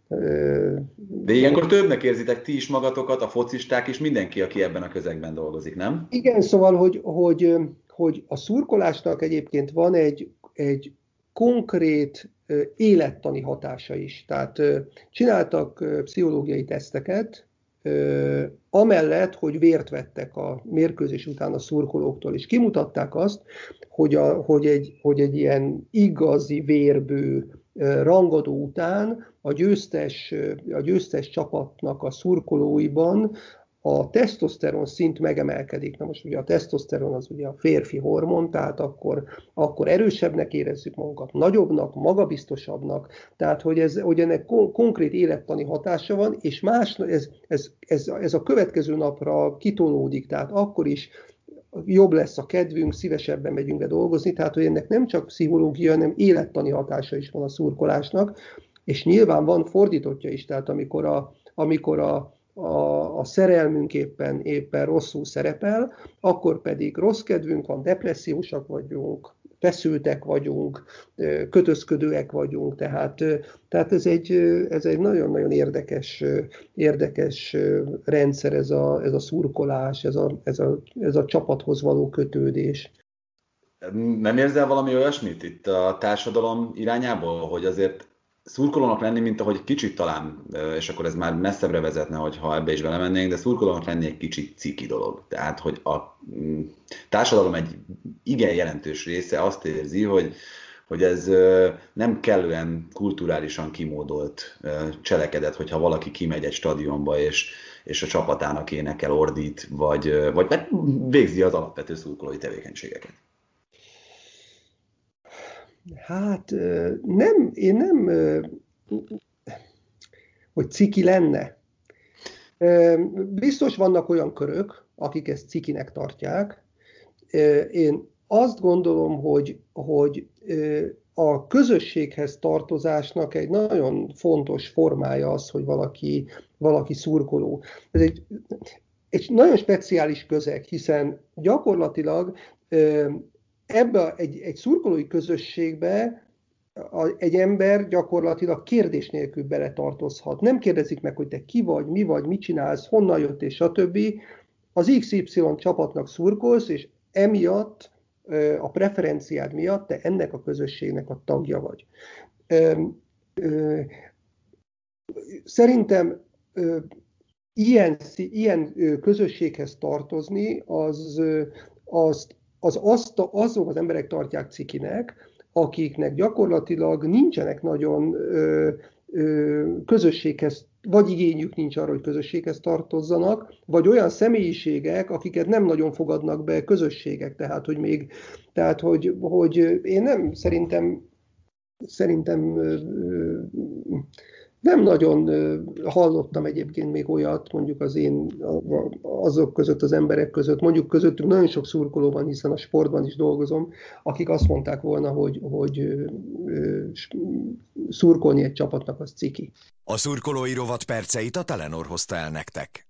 De ilyenkor többnek érzitek ti is magatokat, a focisták is, mindenki, aki ebben a közegben dolgozik, nem? Igen, szóval, hogy, hogy, hogy a szurkolásnak egyébként van egy, egy konkrét élettani hatása is. Tehát csináltak pszichológiai teszteket, amellett, hogy vért vettek a mérkőzés után a szurkolóktól, és kimutatták azt, hogy, a, hogy, egy, hogy egy ilyen igazi vérbő rangadó után a győztes, a győztes csapatnak a szurkolóiban a tesztoszteron szint megemelkedik. Na most ugye a tesztoszteron az ugye a férfi hormon, tehát akkor, akkor erősebbnek érezzük magunkat, nagyobbnak, magabiztosabbnak, tehát hogy, ez, hogy ennek kon- konkrét élettani hatása van, és más, ez, ez, ez, ez a következő napra kitolódik, tehát akkor is jobb lesz a kedvünk, szívesebben megyünk be dolgozni, tehát hogy ennek nem csak pszichológia, hanem élettani hatása is van a szurkolásnak, és nyilván van fordítottja is, tehát amikor a, amikor a A, a szerelmünk éppen, éppen rosszul szerepel, akkor pedig rossz kedvünk van, depressziósak vagyunk, feszültek vagyunk, kötözködőek vagyunk, tehát, tehát ez egy, ez egy nagyon-nagyon érdekes, érdekes rendszer, ez a, ez a szurkolás, ez a, ez, a, ez a csapathoz való kötődés. Nem érzel valami olyasmit itt a társadalom irányából, hogy azért szurkolónak lenni, mint ahogy kicsit talán, és akkor ez már messzebbre vezetne, hogyha ebbe is belemennénk, de szurkolónak lenni egy kicsit ciki dolog. Tehát, hogy a társadalom egy igen jelentős része azt érzi, hogy, hogy ez nem kellően kulturálisan kimódolt cselekedet, hogyha valaki kimegy egy stadionba, és, és a csapatának énekel, ordít, vagy, vagy végzi az alapvető szurkolói tevékenységeket. Hát nem, én nem, hogy ciki lenne. Biztos vannak olyan körök, akik ezt cikinek tartják. Én azt gondolom, hogy, hogy a közösséghez tartozásnak egy nagyon fontos formája az, hogy valaki, valaki szurkoló. Ez egy, egy nagyon speciális közeg, hiszen gyakorlatilag ebbe egy, egy szurkolói közösségbe egy ember gyakorlatilag kérdés nélkül beletartozhat. Nem kérdezik meg, hogy te ki vagy, mi vagy, mit csinálsz, honnan jött és stb. Az iksz ipszilon csapatnak szurkolsz, és emiatt, a preferenciád miatt te ennek a közösségnek a tagja vagy. Szerintem ilyen, ilyen közösséghez tartozni, az, az, az azt, azok az emberek tartják cikinek, akiknek gyakorlatilag nincsenek nagyon ö, ö, közösséghez, vagy igényük nincs arra, hogy közösséghez tartozzanak, vagy olyan személyiségek, akiket nem nagyon fogadnak be közösségek. Tehát, hogy még, tehát, hogy, hogy én nem szerintem, szerintem ö, ö, nem nagyon hallottam egyébként még olyat, mondjuk az én, azok között, az emberek között, mondjuk közöttünk nagyon sok szurkoló van, hiszen a sportban is dolgozom, akik azt mondták volna, hogy, hogy szurkolni egy csapatnak az ciki. A szurkolói rovat perceit a Telenor hozta el nektek.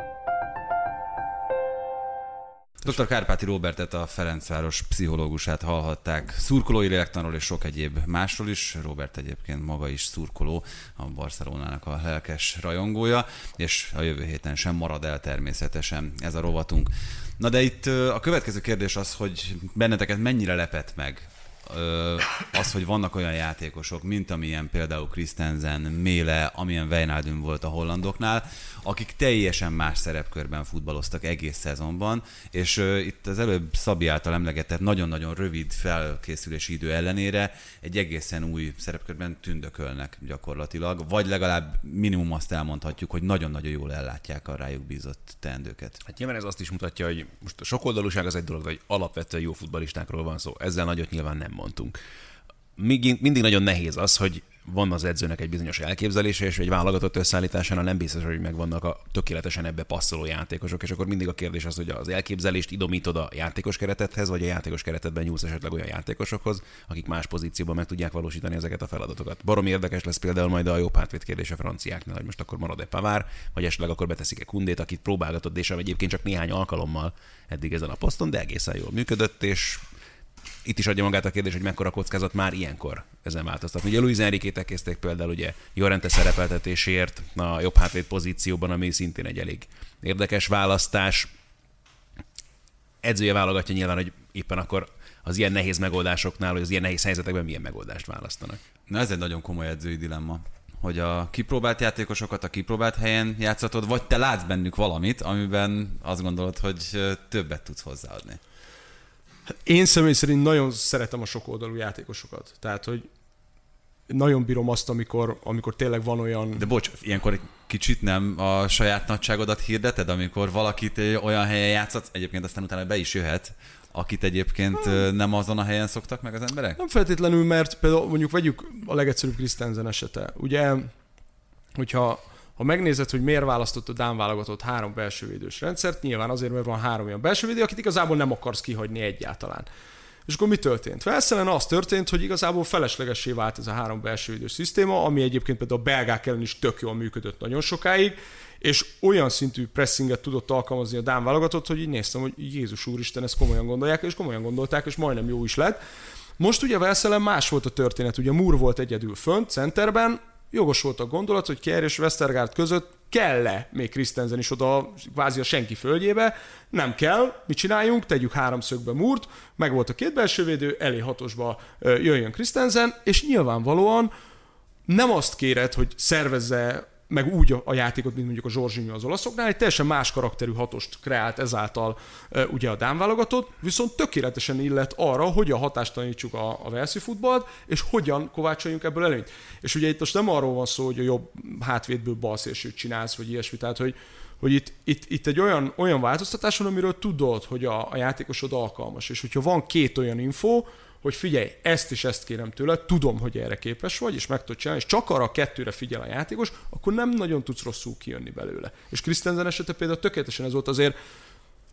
doktor Kárpáti Róbertet, a Ferencváros pszichológusát hallhatták. Szurkolói lélektanról és sok egyéb másról is. Róbert egyébként maga is szurkoló, a Barcelonának a lelkes rajongója, és a jövő héten sem marad el természetesen ez a rovatunk. Na de itt a következő kérdés az, hogy benneteket mennyire lepett meg az, hogy vannak olyan játékosok, mint amilyen például Christensen, Méle, amilyen Wijnaldum volt a hollandoknál, akik teljesen más szerepkörben futballoztak egész szezonban, és uh, itt az előbb Szabi által emlegetett nagyon-nagyon rövid felkészülési idő ellenére egy egészen új szerepkörben tündökölnek gyakorlatilag, vagy legalább minimum azt elmondhatjuk, hogy nagyon-nagyon jól ellátják a rájuk bízott teendőket. Hát nyilván ez azt is mutatja, hogy most a sokoldalúság az egy dolog, hogy alapvetően jó futballistákról van szó, ezzel nagyot nyilván nem mondtunk. Mindig nagyon nehéz az, hogy van az edzőnek egy bizonyos elképzelése, és egy válogatott összeállításánál nem biztos, hogy megvannak a tökéletesen ebbe passzoló játékosok, és akkor mindig a kérdés az, hogy az elképzelést idomítod a játékos keretedhez, vagy a játékos keretedben nyúlsz esetleg olyan játékosokhoz, akik más pozícióban meg tudják valósítani ezeket a feladatokat. Baromi érdekes lesz például majd a jobb hátvéd kérdés a franciáknál, hogy most akkor marad-e Pavard, vagy esetleg akkor beteszik-e Kundét, akit próbálgatod, és egyébként csak néhány alkalommal eddig ezen a poszton, de egészen jól működött, és itt is adja magát a kérdés, hogy mekkora kockázat már ilyenkor ezen változtatni. Ugye Luis Enriquét elkezdték például ugye Llorente szerepeltetésért a jobb hátvéd pozícióban, ami szintén egy elég érdekes választás. Edzője válogatja nyilván, hogy éppen akkor az ilyen nehéz megoldásoknál, vagy az ilyen nehéz helyzetekben milyen megoldást választanak. Na ez egy nagyon komoly edzői dilemma, hogy a kipróbált játékosokat a kipróbált helyen játszatod, vagy te látsz bennük valamit, amiben azt gondolod, hogy többet tudsz hozzáadni. Én személy szerint nagyon szeretem a sokoldalú játékosokat. Tehát, hogy nagyon bírom azt, amikor, amikor tényleg van olyan... De bocs, ilyenkor kicsit nem a saját nagyságodat hirdeted, amikor valakit olyan helyen játszatsz, egyébként aztán utána be is jöhet, akit egyébként hmm. nem azon a helyen szoktak meg az emberek? Nem feltétlenül, mert például mondjuk vegyük a legegyszerűbb Christensen esete. Ugye, hogyha ha megnézed, hogy miért választott a dán válogatott három belsővédős rendszert, nyilván azért, mert van három olyan belsővédő, akit igazából nem akarsz kihagyni egyáltalán. És akkor mi történt? Velszelen az történt, hogy igazából feleslegessé vált ez a három belsővédős szisztéma, ami egyébként például a belgák ellen is tök jól működött nagyon sokáig, és olyan szintű pressinget tudott alkalmazni a dán válogatott, hogy így néztem, hogy Jézus úristen, ezt komolyan gondolják, és komolyan gondolták, és majdnem jó is lett. Most ugye Velszelen más volt a történet, ugye Moore volt egyedül fönt, centerben, jogos volt a gondolat, hogy Kjær és Westergaard között kell-e még Christensen is oda, kvázi a senki földjébe, nem kell, mit csináljunk, tegyük háromszögbe Moore-t, meg volt a két belsővédő, elé hatosba jöjjön Christensen, és nyilvánvalóan nem azt kéred, hogy szervezze meg úgy a játékot, mint mondjuk a Jorginho az olaszoknál, egy teljesen más karakterű hatost kreált ezáltal e, ugye a dán válogatott, viszont tökéletesen illet arra, hogyan hatástalanítsuk a, a Walesi futballt, és hogyan kovácsoljunk ebből előnyt. És ugye itt most nem arról van szó, hogy a jobb hátvédből balszélsőt csinálsz, vagy ilyesmi, tehát hogy, hogy itt, itt, itt egy olyan, olyan változtatás van, amiről tudod, hogy a, a játékosod alkalmas, és hogyha van két olyan info, hogy figyelj, ezt és ezt kérem tőled, tudom, hogy erre képes vagy, és meg tudod csinálni, és csak arra a kettőre figyel a játékos, akkor nem nagyon tudsz rosszul kijönni belőle. És Christensen esete például tökéletesen ez volt azért,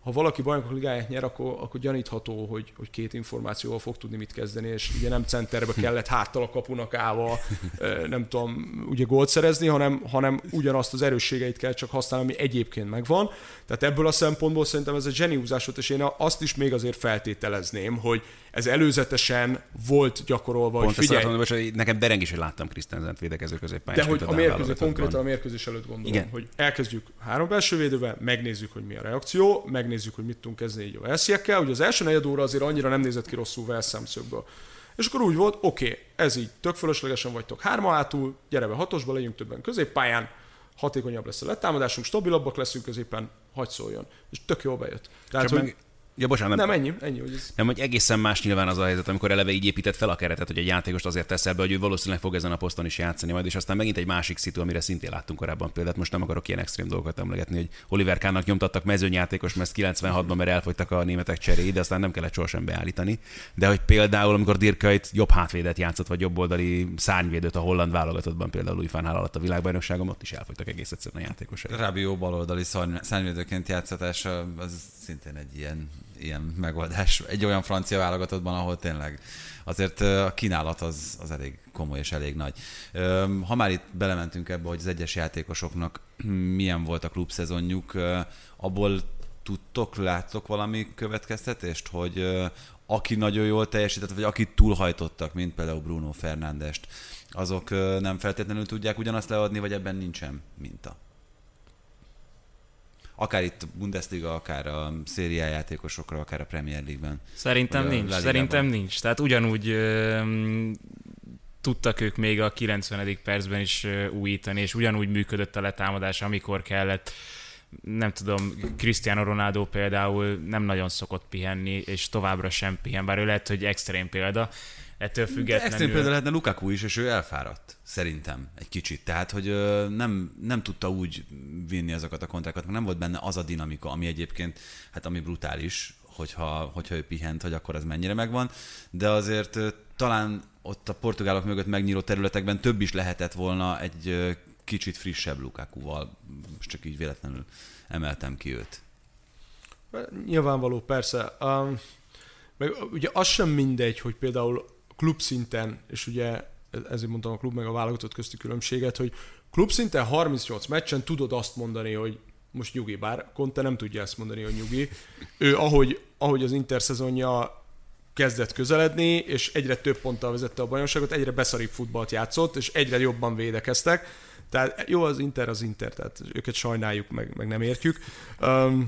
ha valaki bajnokok ligáját nyer, akkor, akkor gyanítható, hogy, hogy két információval fog tudni mit kezdeni, és ugye nem centerbe kellett háttal a kapunak állva, nem tudom, ugye gólt szerezni, hanem, hanem ugyanazt az erősségeit kell csak használni, ami egyébként megvan. Tehát ebből a szempontból szerintem ez egy zseniúzás volt, és én azt is még azért feltételezném, hogy ez előzetesen volt gyakorolva, Pont hogy figyelj. Mondom, hogy nekem dereng is, hogy láttam Christensent védekező középpályás. De hogy a mérkőzés, konkrétan a mérkőzés előtt gondolom, igen. hogy elkezdjük három belső védővel, megnézzük, hogy mi a reakció, megnézzük, hogy mit tudunk kezdeni így a Velsziekkel. Ugye az első negyed óra azért annyira nem nézett ki rosszul Velsz szemszögből. És akkor úgy volt, oké, okay, ez így tök fölöslegesen vagytok hárma hátul, gyere be hatosba, legyünk többen középpályán, hatékonyabb lesz a letámadásunk, stabilabbak leszünk középen, hagy szóljon. És tök jól bejött. Tehát, hogy... meg... Ja, bocsánat, nem, nem ennyi, ennyi hogy ez... Nem, hogy egészen más nyilván az a helyzet, amikor eleve így épített fel a keretet, hogy egy játékost azért teszel be, hogy ő valószínűleg fog ezen a poszton is játszani majd, és aztán megint egy másik szitu, amire szintén láttunk korábban példát, most nem akarok ilyen extrém dolgokat emlegetni, hogy Oliver Kahnnak nyomtattak mezőnyjátékos, mert kilencvenhatban, mert elfogytak a németek cseréi, de aztán nem kellett sohasem beállítani. De hogy például, amikor Dirk Kuyt jobb hátvédet játszott, vagy jobb oldali szárnyvédőt a holland válogatottban, például Louis van Gaal alatt a világbajnokságon, ott is elfogytak egész egyszerűen a játékosok. Rabiot baloldali szárnyvédőként játszatása az szintén egy ilyen ilyen megoldás egy olyan francia válogatottban, ahol tényleg azért a kínálat az, az elég komoly és elég nagy. Ha már itt belementünk ebbe, hogy az egyes játékosoknak milyen volt a klubszezonjuk, abból tudtok, láttok valami következtetést, hogy aki nagyon jól teljesített, vagy akit túlhajtottak, mint például Bruno Fernandest, azok nem feltétlenül tudják ugyanazt leadni, vagy ebben nincsen minta? Akár itt Bundesliga, akár a szériá játékosokra, akár a Premier League-ben. Szerintem nincs, szerintem nincs. Tehát ugyanúgy ö, tudtak ők még a kilencvenedik percben is ö, újítani, és ugyanúgy működött a letámadás, amikor kellett. Nem tudom, Cristiano Ronaldo például nem nagyon szokott pihenni, és továbbra sem pihen, bár ő lehet, hogy extrém példa. Ettől függetlenül... Extrém például lehetne Lukaku is, és ő elfáradt, szerintem, egy kicsit. Tehát, hogy ö, nem, nem tudta úgy vinni azokat a kontrákat, nem volt benne az a dinamika, ami egyébként, hát ami brutális, hogyha, hogyha ő pihent, hogy akkor ez mennyire megvan, de azért ö, talán ott a portugálok mögött megnyíló területekben több is lehetett volna egy ö, kicsit frissebb Lukakuval, most csak így véletlenül emeltem ki őt. Nyilvánvaló, persze. Um, meg ugye az sem mindegy, hogy például klubszinten, és ugye ezért mondtam a klub meg a válogatott közti különbséget, hogy klubszinten harmincnyolc meccsen tudod azt mondani, hogy most nyugi, bár Conte nem tudja ezt mondani, hogy nyugi. Ő ahogy, ahogy az Inter szezonja kezdett közeledni, és egyre több ponttal vezette a bajnokságot, egyre beszaribb futballt játszott, és egyre jobban védekeztek. Tehát jó, az Inter az Inter, tehát őket sajnáljuk, meg, meg nem értjük. Um,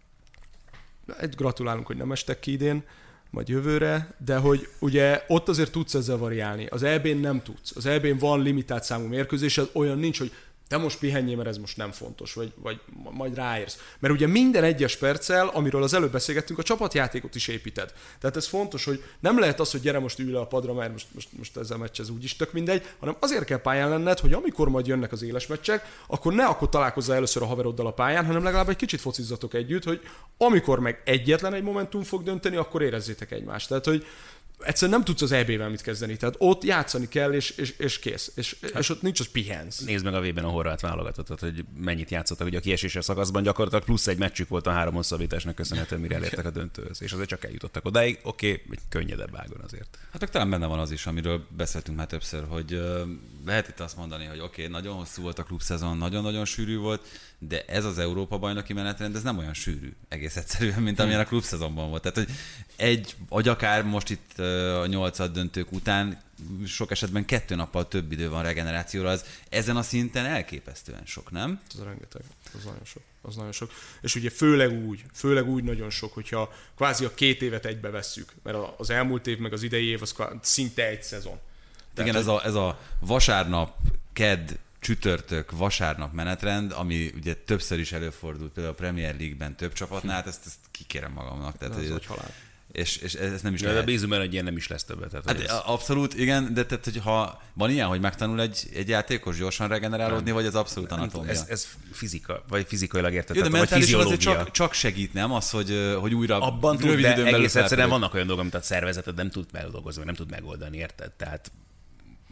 egy gratulálunk, hogy nem estek ki idén, majd jövőre, de hogy ugye ott azért tudsz ezzel variálni. Az é bén nem tudsz. Az é bén van limitált számú mérkőzés, olyan nincs, hogy te most pihenjél, mert ez most nem fontos, vagy, vagy majd ráérsz. Mert ugye minden egyes perccel, amiről az előbb beszélgettünk, a csapatjátékot is építed. Tehát ez fontos, hogy nem lehet az, hogy gyere most ülj le a padra, mert most, most, most ezzel a meccs ez úgyis tök mindegy, hanem azért kell pályán lenned, hogy amikor majd jönnek az éles meccsek, akkor ne akkor találkozzál először a haveroddal a pályán, hanem legalább egy kicsit focizzatok együtt, hogy amikor meg egyetlen egy momentum fog dönteni, akkor érezzétek egymást. Tehát, hogy egyszerűen nem tudsz az é bével mit kezdeni, tehát ott játszani kell, és, és, és kész. És, hát, és ott nincs az pihensz. Nézd meg a vében a horvát válogatottat, hogy mennyit játszottak, ugye a kieséses szakaszban gyakorlatilag plusz egy meccsük volt a három hosszabbításnak köszönhetően, mire elértek a döntőhöz. És azért csak eljutottak odáig, oké, okay, egy könnyedebb ágon azért. Hát talán benne van az is, amiről beszéltünk már többször, hogy uh, lehet itt azt mondani, hogy oké, okay, nagyon hosszú volt a klubszezon, nagyon-nagyon sűrű volt, de ez az Európa-bajnoki menetrend, ez nem olyan sűrű, egész egyszerűen, mint amilyen a klubszezonban volt. Tehát, hogy egy, vagy akár most itt a nyolcad döntők után sok esetben kettő nappal több idő van regenerációra, az ezen a szinten elképesztően sok, nem? Ez rengeteg, az nagyon sok. Az nagyon sok. És ugye főleg úgy, főleg úgy nagyon sok, hogyha kvázi a két évet egybe vesszük, mert az elmúlt év meg az idei év az szinte egy szezon. Tehát, igen, ez a, ez a vasárnap, kedd, csütörtök, vasárnap menetrend, ami ugye többször is előfordult, például a Premier League-ben több csapatnál, hát ezt, ezt kikérem magamnak. Tehát, ez hogy halál. És, és ez nem is ja, lehet. De bízunk benne, hogy ilyen nem is lesz többet. Tehát hát, ez... Abszolút, igen, de tehát, hogy ha van ilyen, hogy megtanul egy, egy játékos gyorsan regenerálódni, nem. Vagy az abszolút anatómia? Ez, ez fizika, vagy fizikailag érted, jó, de vagy fiziológia. Csak, csak segít, nem? Az, hogy, hogy újra abban tud, de egész egyszerűen vannak olyan dolgok, amit a szervezeted nem tud megoldani, nem tud megoldani, érted? Tehát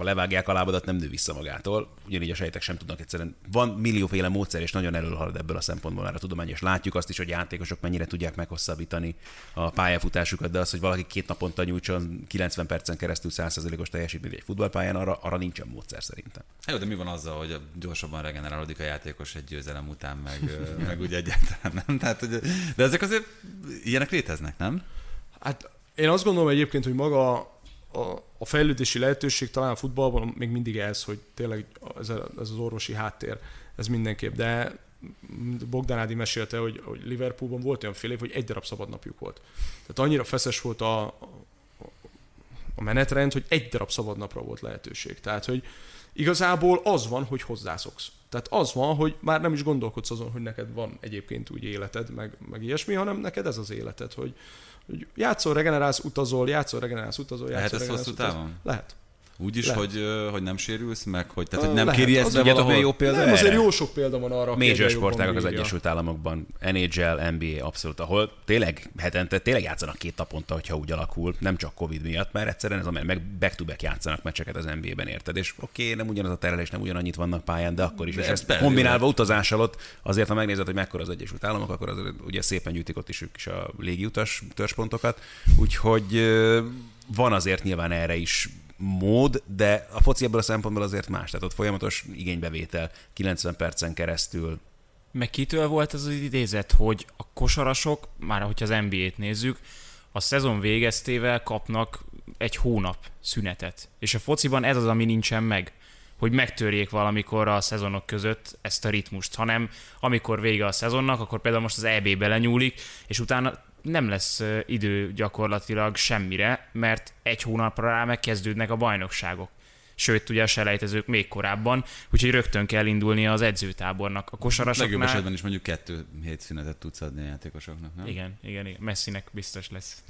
Ha levágják a lábadat, nem nő vissza magától. Ugyanígy a sejtek sem tudnak egyszerűen. Van millióféle módszer, és nagyon előhalad ebből a szempontból már a tudomány, és látjuk azt is, hogy játékosok mennyire tudják meghosszabbítani a pályafutásukat, de az, hogy valaki két naponta nyújtson kilencven percen keresztül száz százalékos teljesítményt egy futballpályán, arra, arra nincsen módszer szerintem. Jó, de mi van azzal, hogy gyorsabban regenerálódik a játékos egy győzelem után, meg, meg úgy egyáltalán nem? Tehát, hogy, de ezek azért ilyenek léteznek, nem? Hát én azt gondolom egyébként, hogy maga a, a fejlődési lehetőség talán a futballban még mindig ez, hogy tényleg ez, a, ez az orvosi háttér, ez mindenképp. De Bogdán Ádi mesélte, hogy, hogy Liverpoolban volt olyan fél év, hogy egy darab szabadnapjuk volt. Tehát annyira feszes volt a, a, a menetrend, hogy egy darab szabadnapra volt lehetőség. Tehát, hogy igazából az van, hogy hozzászoksz. Tehát az van, hogy már nem is gondolkodsz azon, hogy neked van egyébként úgy életed, meg, meg ilyesmi, hanem neked ez az életed, hogy, hogy játszol, regenerálsz, utazol, játszol, regenerálsz, utazol, játszol, lehet regenerálsz, utazol. Lehet ezt hosszú távon? Lehet. Úgy is, lehet. hogy, hogy nem sérülsz meg, hogy, tehát, hogy nem lehet. kéri ezt be valahol? Jó példa nem, erre? azért jó sok példa van arra. Major sportágak az Egyesült Államokban, en há el, en bé á abszolút, ahol tényleg hetente tényleg játszanak két naponta, hogyha úgy alakul, nem csak Covid miatt, mert egyszerűen ez amely meg back-to-back játszanak meccseket az en bé á-ben, érted? És oké, okay, nem ugyanaz a terelés, nem ugyanannyit vannak pályán, de akkor is. De és ezt kombinálva utazás alatt, azért ha megnézed, hogy mekkora az Egyesült Államok, akkor az, ugye szépen gyűjtik ott is ők is a légiutas törzspontokat, úgyhogy van azért nyilván erre is mód, de a foci ebből a szempontból azért más. Tehát ott folyamatos igénybevétel kilencven percen keresztül. Meg kitől volt az az idézet, hogy a kosarasok, már hogyha az en bé á-t nézzük, a szezon végeztével kapnak egy hónap szünetet. És a fociban ez az, ami nincsen meg, hogy megtörjék valamikor a szezonok között ezt a ritmust, hanem amikor vége a szezonnak, akkor például most az é bé belenyúlik, és utána nem lesz idő gyakorlatilag semmire, mert egy hónapra rá megkezdődnek a bajnokságok. Sőt, ugye a selejtezők még korábban, úgyhogy rögtön kell indulnia az edzőtábornak. A kosarasoknál... Legjobb esetben is mondjuk kettő hét szünetet tudsz adni a játékosoknak, nem? Igen, igen, igen. Messinek biztos lesz.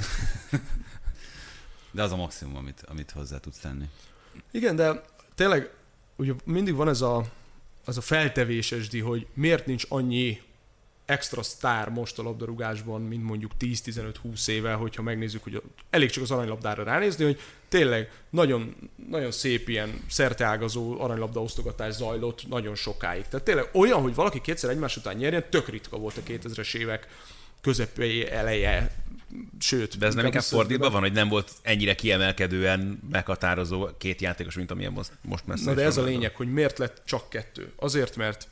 De az a maximum, amit, amit hozzá tudsz tenni. Igen, de tényleg ugye mindig van ez a, az a feltevésesdi, hogy miért nincs annyi extra sztár most a labdarúgásban, mint mondjuk tíz-tizenöt-húsz éve, hogyha megnézzük, hogy elég csak az aranylabdára ránézni, hogy tényleg nagyon, nagyon szép ilyen szerteágazó aranylabda osztogatás zajlott nagyon sokáig. Tehát tényleg olyan, hogy valaki kétszer egymás után nyerjen, tök ritka volt a kétezres évek közepei eleje, sőt. De ez nem inkább fordítva van, hogy nem volt ennyire kiemelkedően meghatározó két játékos, mint amilyen most, most messze. Na de ez a lényeg, hogy miért lett csak kettő. Azért, mert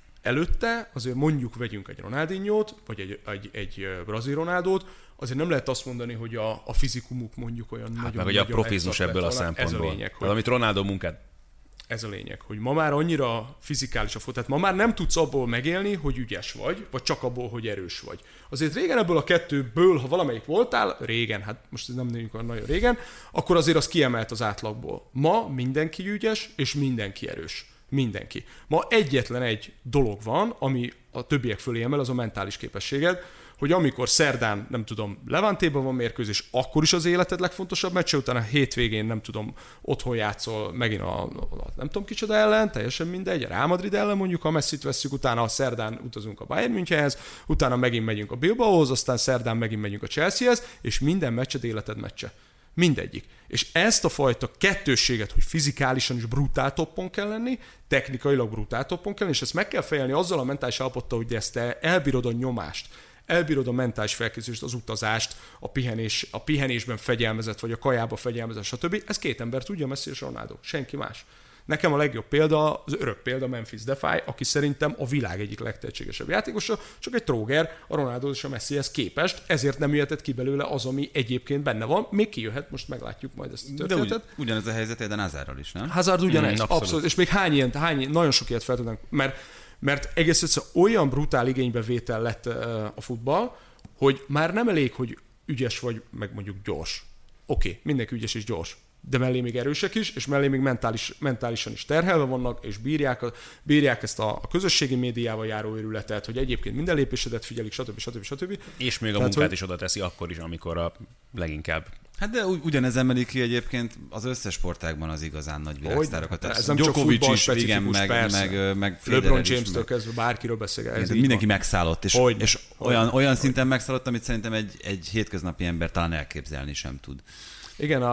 előtte azért mondjuk vegyünk egy Ronaldinho-t, vagy egy, egy, egy brazil Ronaldót, azért nem lehet azt mondani, hogy a, a fizikumuk mondjuk olyan hát nagyon... Meg hogy a profizmus ebből a szempontból. Ez a lényeg, hogy, az, amit Ronaldo munkát. Ez a lényeg, hogy ma már annyira fizikális a fut, tehát ma már nem tudsz abból megélni, hogy ügyes vagy, vagy csak abból, hogy erős vagy. Azért régen ebből a kettőből, ha valamelyik voltál, régen, hát most ez nem nézzük olyan nagyon régen, akkor azért az kiemelt az átlagból. Ma mindenki ügyes, és mindenki erős. Mindenki. Ma egyetlen egy dolog van, ami a többiek fölé emel, az a mentális képességed, hogy amikor szerdán, nem tudom, Levantében van mérkőzés, akkor is az életed legfontosabb meccse, utána a hétvégén, nem tudom, otthon játszol megint a, a nem tudom kicsoda ellen, teljesen mindegy, a Real Madrid ellen mondjuk, ha Messit vesszük, utána a szerdán utazunk a Bayern Münchenhez, utána megint megyünk a Bilbaóhoz, aztán szerdán megint megyünk a Chelseahez, és minden meccsed életed meccse. Mindegyik. És ezt a fajta kettősséget, hogy fizikálisan is brutál toppon kell lenni, technikailag brutál toppon kell lenni, és ezt meg kell fejelni azzal a mentális állapottal, hogy ezt te elbírod a nyomást, elbírod a mentális felkészülést, az utazást, a, pihenés, a pihenésben fegyelmezett, vagy a kajába fegyelmezett, stb. Ez két ember tudja, Messi és Ronaldo, senki más. Nekem a legjobb példa, az örök példa Memphis Depay, aki szerintem a világ egyik legtehetségesebb játékosa, csak egy tróger a Ronaldo és a Messihez képest, ezért nem jöhetett ki belőle az, ami egyébként benne van. Még kijöhet, most meglátjuk majd ezt a történetet. De ugy, ugyanez a helyzet Eden Hazardral is, nem? Hazard ugyanez, mm, abszolút. abszolút. És még hány ilyen, hány, nagyon sok ilyet fel tudnánk, mert, mert egész egyszerűen olyan brutál igénybevétel lett a futball, hogy már nem elég, hogy ügyes vagy, meg mondjuk gyors. Oké, okay, mindenki ügyes és gyors. De mellé még erősek is, és mellé még mentális, mentálisan is terhelve vannak, és bírják, a, bírják ezt a, a közösségi médiával járó őrületet, hogy egyébként minden lépésedet figyelik, stb. stb. stb. És még a Tehát, munkát hogy... is oda teszi akkor is, amikor a leginkább. Hát de ugyanez emeli ki egyébként az összes sportágban az igazán nagy világsztárokat. Ez nem csak futball specifikus, meg, meg, meg LeBron James-től kezdve bárkiről beszél. Mindenki van. Megszállott, és, hogy, és hogy, olyan, hogy, olyan hogy. szinten megszállott, amit szerintem egy, egy hétköznapi ember talán elképzelni sem tud. Igen, a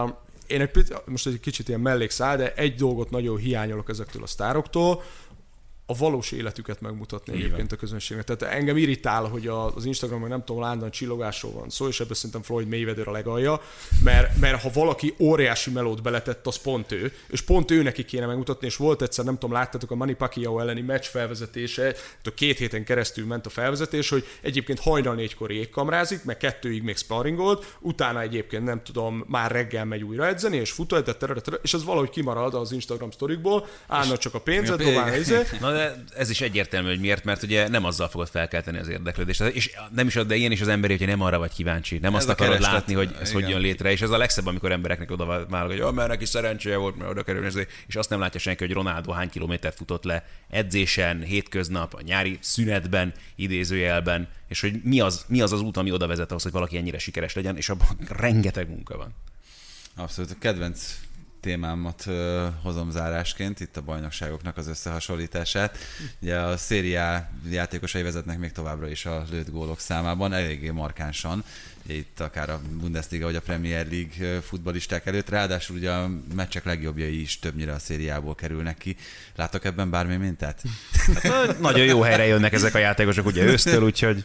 én egy, most egy kicsit ilyen mellékszál, de egy dolgot nagyon hiányolok ezektől a sztároktól, a valós életüket megmutatni Igen. egyébként a közönségnek. Tehát engem irritál, hogy az Instagramon nem tudom, állandóan csillogásról van szó, és ebben szerintem Floyd Mayweather a legalja, mert, mert ha valaki óriási melót beletett, az pont ő, és pont ő neki kéne megmutatni, és volt egyszer, nem tudom, láttátok a Manny Pacquiao elleni meccs felvezetése, két héten keresztül ment a felvezetés, hogy egyébként hajnal négykor jégkamrázik, meg kettőig még sparringolt, utána egyébként nem tudom, már reggel megy újra edzeni, és futó, és az valahogy kimarad az Instagram sztorikból, állna csak a pénzet, dobálna izé. De ez is egyértelmű, hogy miért, mert ugye nem azzal fogod felkelteni az érdeklődést. És nem is, de ilyen is az emberi, hogyha nem arra vagy kíváncsi, nem ez azt akarod kereslet, látni, hogy ez igen. hogy jön létre, és ez a legszebb, amikor embereknek oda vállal, hogy oh, mert neki szerencséje volt, mert oda kerül, és azt nem látja senki, hogy Ronaldo hány kilométert futott le edzésen, hétköznap, a nyári szünetben, idézőjelben, és hogy mi az, mi az az út, ami oda vezet ahhoz, hogy valaki ennyire sikeres legyen, és abban rengeteg munka van. Abszolút. A kedvenc témámat uh, hozom zárásként, itt a bajnokságoknak az összehasonlítását. Ugye a szériá játékosai vezetnek még továbbra is a lőtt gólok számában, eléggé markánsan. Itt akár a Bundesliga vagy a Premier League futballisták előtt, ráadásul ugye a meccsek legjobbjai is többnyire a szériából kerülnek ki. Láttok ebben bármi mintát? Hát, nagyon jó helyre jönnek ezek a játékosok ugye ősztől, úgyhogy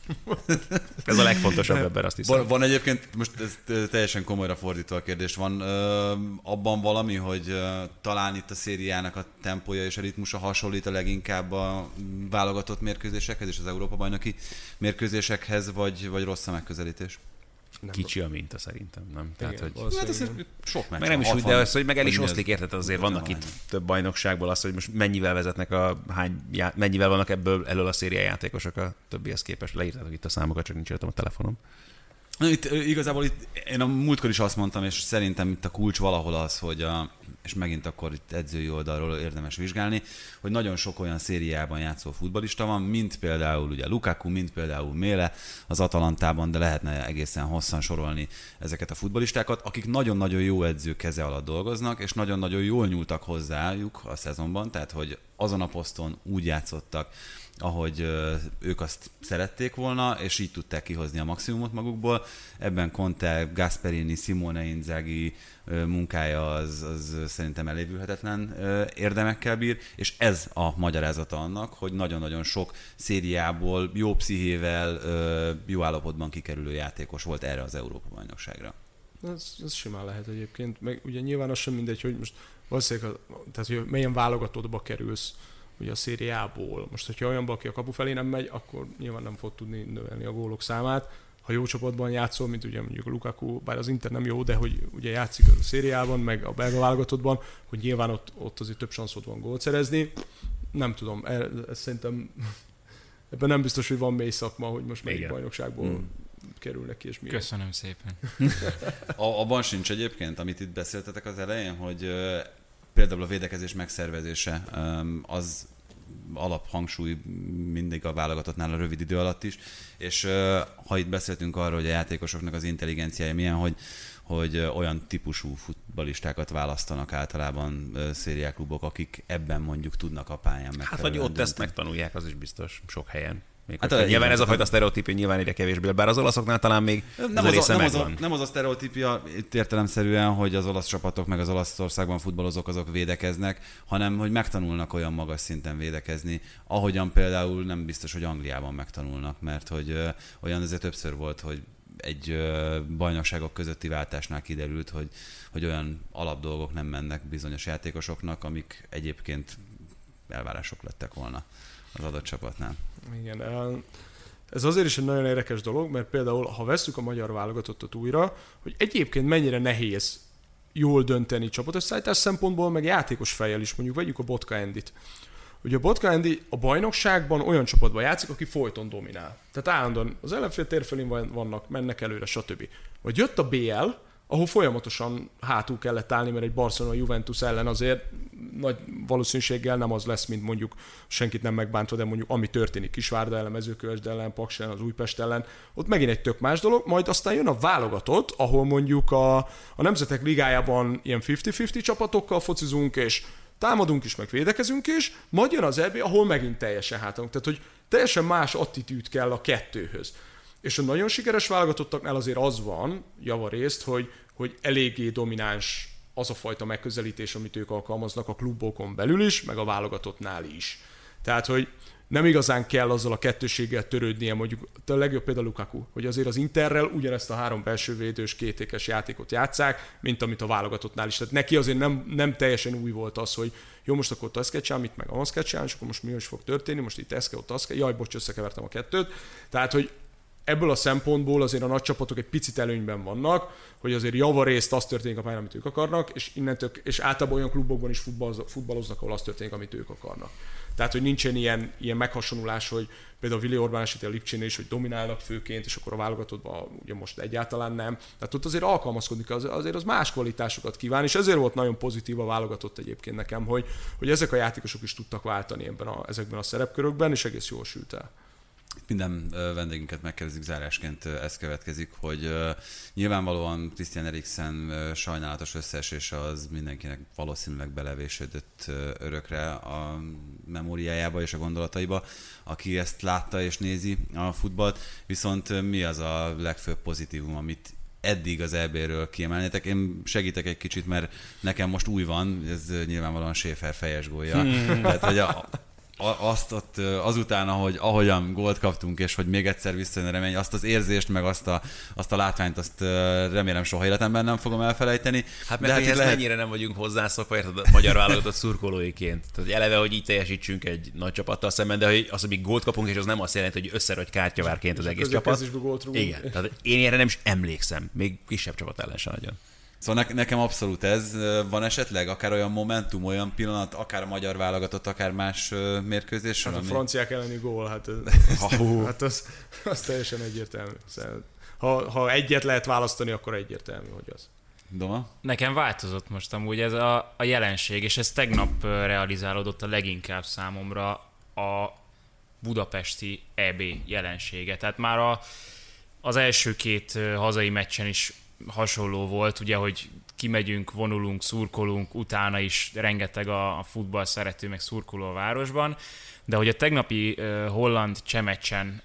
ez a legfontosabb ebben, azt hiszem. Van, van egyébként, most ez teljesen komolyra fordítva a kérdés, van ö, abban valami, hogy ö, talán itt a szériának a tempója és a ritmusa hasonlít a leginkább a válogatott mérkőzésekhez és az Európa-bajnoki mérkőzésekhez, vagy, vagy rossz a megközelítés? Nem Kicsi a minta szerintem, nem? Tehát, igen, hogy... Hát ez sok meccs. Meg nem is úgy, de az, hogy meg el is oszlik, érted, azért vannak itt több bajnokságból az, hogy most mennyivel vezetnek a hány, mennyivel vannak ebből elől a szériá játékosok a többihez képest. Leírtátok itt a számokat, csak nincs értem a telefonom. Itt, igazából itt, én a múltkor is azt mondtam, és szerintem itt a kulcs valahol az, hogy a, és megint akkor itt edzői oldalról érdemes vizsgálni, hogy nagyon sok olyan szériában játszó futballista van, mint például ugye Lukaku, mint például Méle az Atalantában, de lehetne egészen hosszan sorolni ezeket a futballistákat, akik nagyon-nagyon jó edző keze alatt dolgoznak, és nagyon-nagyon jól nyúltak hozzájuk a szezonban, tehát hogy azon a poszton úgy játszottak, ahogy ők azt szerették volna, és így tudták kihozni a maximumot magukból. Ebben Conte, Gasperini, Simone Inzaghi munkája az, az szerintem elévülhetetlen érdemekkel bír, és ez a magyarázata annak, hogy nagyon-nagyon sok szériából jó pszichével, jó állapotban kikerülő játékos volt erre az Európa-bajnokságra. Ez, ez simán lehet egyébként, meg ugye nyilván az sem mindegy, hogy most valószínűleg, tehát, hogy melyen válogatottba kerülsz, ugye a szériából. Most, hogyha olyanba, aki a kapu felé nem megy, akkor nyilván nem fog tudni növelni a gólok számát. Ha jó csapatban játszol, mint ugye mondjuk a Lukaku, bár az Inter nem jó, de hogy ugye játszik a szériában, meg a belga válogatottban, hogy nyilván ott, ott azért több sanszod van gólt szerezni. Nem tudom, ez, ez szerintem ebben nem biztos, hogy van mély szakma, hogy most melyik bajnokságból hmm. kerülnek ki, és miért. Köszönöm szépen. a, abban sincs egyébként, amit itt beszéltetek az elején, hogy például a védekezés megszervezése az alaphangsúly mindig a válogatottnál a rövid idő alatt is, és ha itt beszéltünk arról, hogy a játékosoknak az intelligenciája milyen, hogy, hogy olyan típusú futballistákat választanak általában szériáklubok, akik ebben mondjuk tudnak a pályán megfelelően. Hát vagy ott ezt megtanulják, az is biztos sok helyen. Még hát a, nyilván igen, ez a fajta sztereotípia nyilván egyre kevésbé, bár az olaszoknál talán még nem az, a, nem, az a, nem az a sztereotípia itt értelemszerűen, hogy az olasz csapatok meg az Olaszországban futballozók azok védekeznek, hanem hogy megtanulnak olyan magas szinten védekezni, ahogyan például nem biztos, hogy Angliában megtanulnak, mert hogy ö, olyan azért többször volt, hogy egy ö, bajnokságok közötti váltásnál kiderült, hogy, hogy olyan alapdolgok nem mennek bizonyos játékosoknak, amik egyébként elvárások lettek volna az adott csapatnál. Igen, ez azért is egy nagyon érdekes dolog, mert például, ha vesszük a magyar válogatottat újra, hogy egyébként mennyire nehéz jól dönteni csapatösszeállítás szempontból, meg játékos fejjel is, mondjuk vegyük a Botka Endit. Ugye a Botka Endi a bajnokságban olyan csapatban játszik, aki folyton dominál. Tehát állandóan az ellenfél térfelén vannak, mennek előre, stb. Vagy jött a bé el, ahol folyamatosan hátul kellett állni, mert egy Barcelona Juventus ellen azért nagy valószínűséggel nem az lesz, mint mondjuk senkit nem megbántva, de mondjuk ami történik Kisvárda ellen, Mezőkövesd ellen, Paks ellen, az Újpest ellen, ott megint egy tök más dolog, majd aztán jön a válogatott, ahol mondjuk a, a Nemzetek Ligájában ilyen fifty-fifty csapatokkal focizunk, és támadunk is, meg védekezünk is, majd jön az é bé, ahol megint teljesen hátunk. Tehát, hogy teljesen más attitűd kell a kettőhöz. És a nagyon sikeres válogatottaknál azért az van, javarészt, hogy hogy eléggé domináns az a fajta megközelítés, amit ők alkalmaznak a klubokon belül is, meg a válogatottnál is. Tehát, hogy nem igazán kell azzal a kettőséggel törődnie, mondjuk a legjobb például Lukaku, hogy azért az Interrel ugyanezt a három belső védős, kétékes játékot játsszák, mint amit a válogatottnál is. Tehát neki azért nem, nem teljesen új volt az, hogy jó, most akkor azt kell csinálni, mit meg azt kell csinálni, és akkor most mi is fog történni, most itt ez kell, ott azt kell, jaj, bocs, összekevertem a kettőt. Tehát, hogy ebből a szempontból azért a nagy csapatok egy picit előnyben vannak, hogy azért javarészt az történik a pályán, amit ők akarnak, és innentől, és általában olyan klubokban is futballoznak, ahol az történik, amit ők akarnak. Tehát, hogy nincsen ilyen, ilyen meghasonulás, hogy például Willi Orbán esetén a Lipcsénél is, hogy dominálnak főként, és akkor a válogatottban ugye most egyáltalán nem. Tehát ott azért alkalmazkodni kell, azért az más kvalitásokat kíván, és ezért volt nagyon pozitív a válogatott egyébként nekem, hogy, hogy ezek a játékosok is tudtak váltani ebben a, ezekben a szerepkörökben, és egész jól sült el. Minden vendégünket megkérdezik, zárásként ez következik, hogy uh, nyilvánvalóan Christian Eriksen uh, sajnálatos összeesése az mindenkinek valószínűleg belevésődött uh, örökre a memóriájába és a gondolataiba, aki ezt látta és nézi a futballt, viszont uh, mi az a legfőbb pozitívum, amit eddig az é bé-ről kiemelnétek? Én segítek egy kicsit, mert nekem most új van, ez uh, nyilvánvalóan Schäfer fejes gólja. Hmm. Tehát, hogy a, azt ott azután, ahogy, ahogyan gólt kaptunk, és hogy még egyszer visszajön a remény, azt az érzést, meg azt a, azt a látványt, azt remélem soha életemben nem fogom elfelejteni. Hát mert hát lehet... mennyire nem vagyunk hozzászokva, érted, a magyar válogatott szurkolóiként. Tehát eleve, hogy így teljesítsünk egy nagy csapattal szemben, de hogy az, hogy gólt kapunk, és az nem azt jelenti, hogy összerogy kártyavárként az egész csapat. Igen, tehát én erre nem is emlékszem, még kisebb csapat ellen sem nagyon. Szóval ne, nekem abszolút ez. Van esetleg akár olyan momentum, olyan pillanat, akár a magyar válogatott, akár más uh, mérkőzés? Hát a ami... franciák elleni gól, hát, hát az, az teljesen egyértelmű. Ha, ha egyet lehet választani, akkor egyértelmű, hogy az. Doma? Nekem változott most amúgy ez a, a jelenség, és ez tegnap realizálódott a leginkább számomra a budapesti é bé jelensége. Tehát már a, az első két hazai meccsen is hasonló volt, ugye, hogy kimegyünk, vonulunk, szurkolunk, utána is rengeteg a, a futball szerető, meg szurkoló a városban, de hogy a tegnapi uh, holland csemeccsen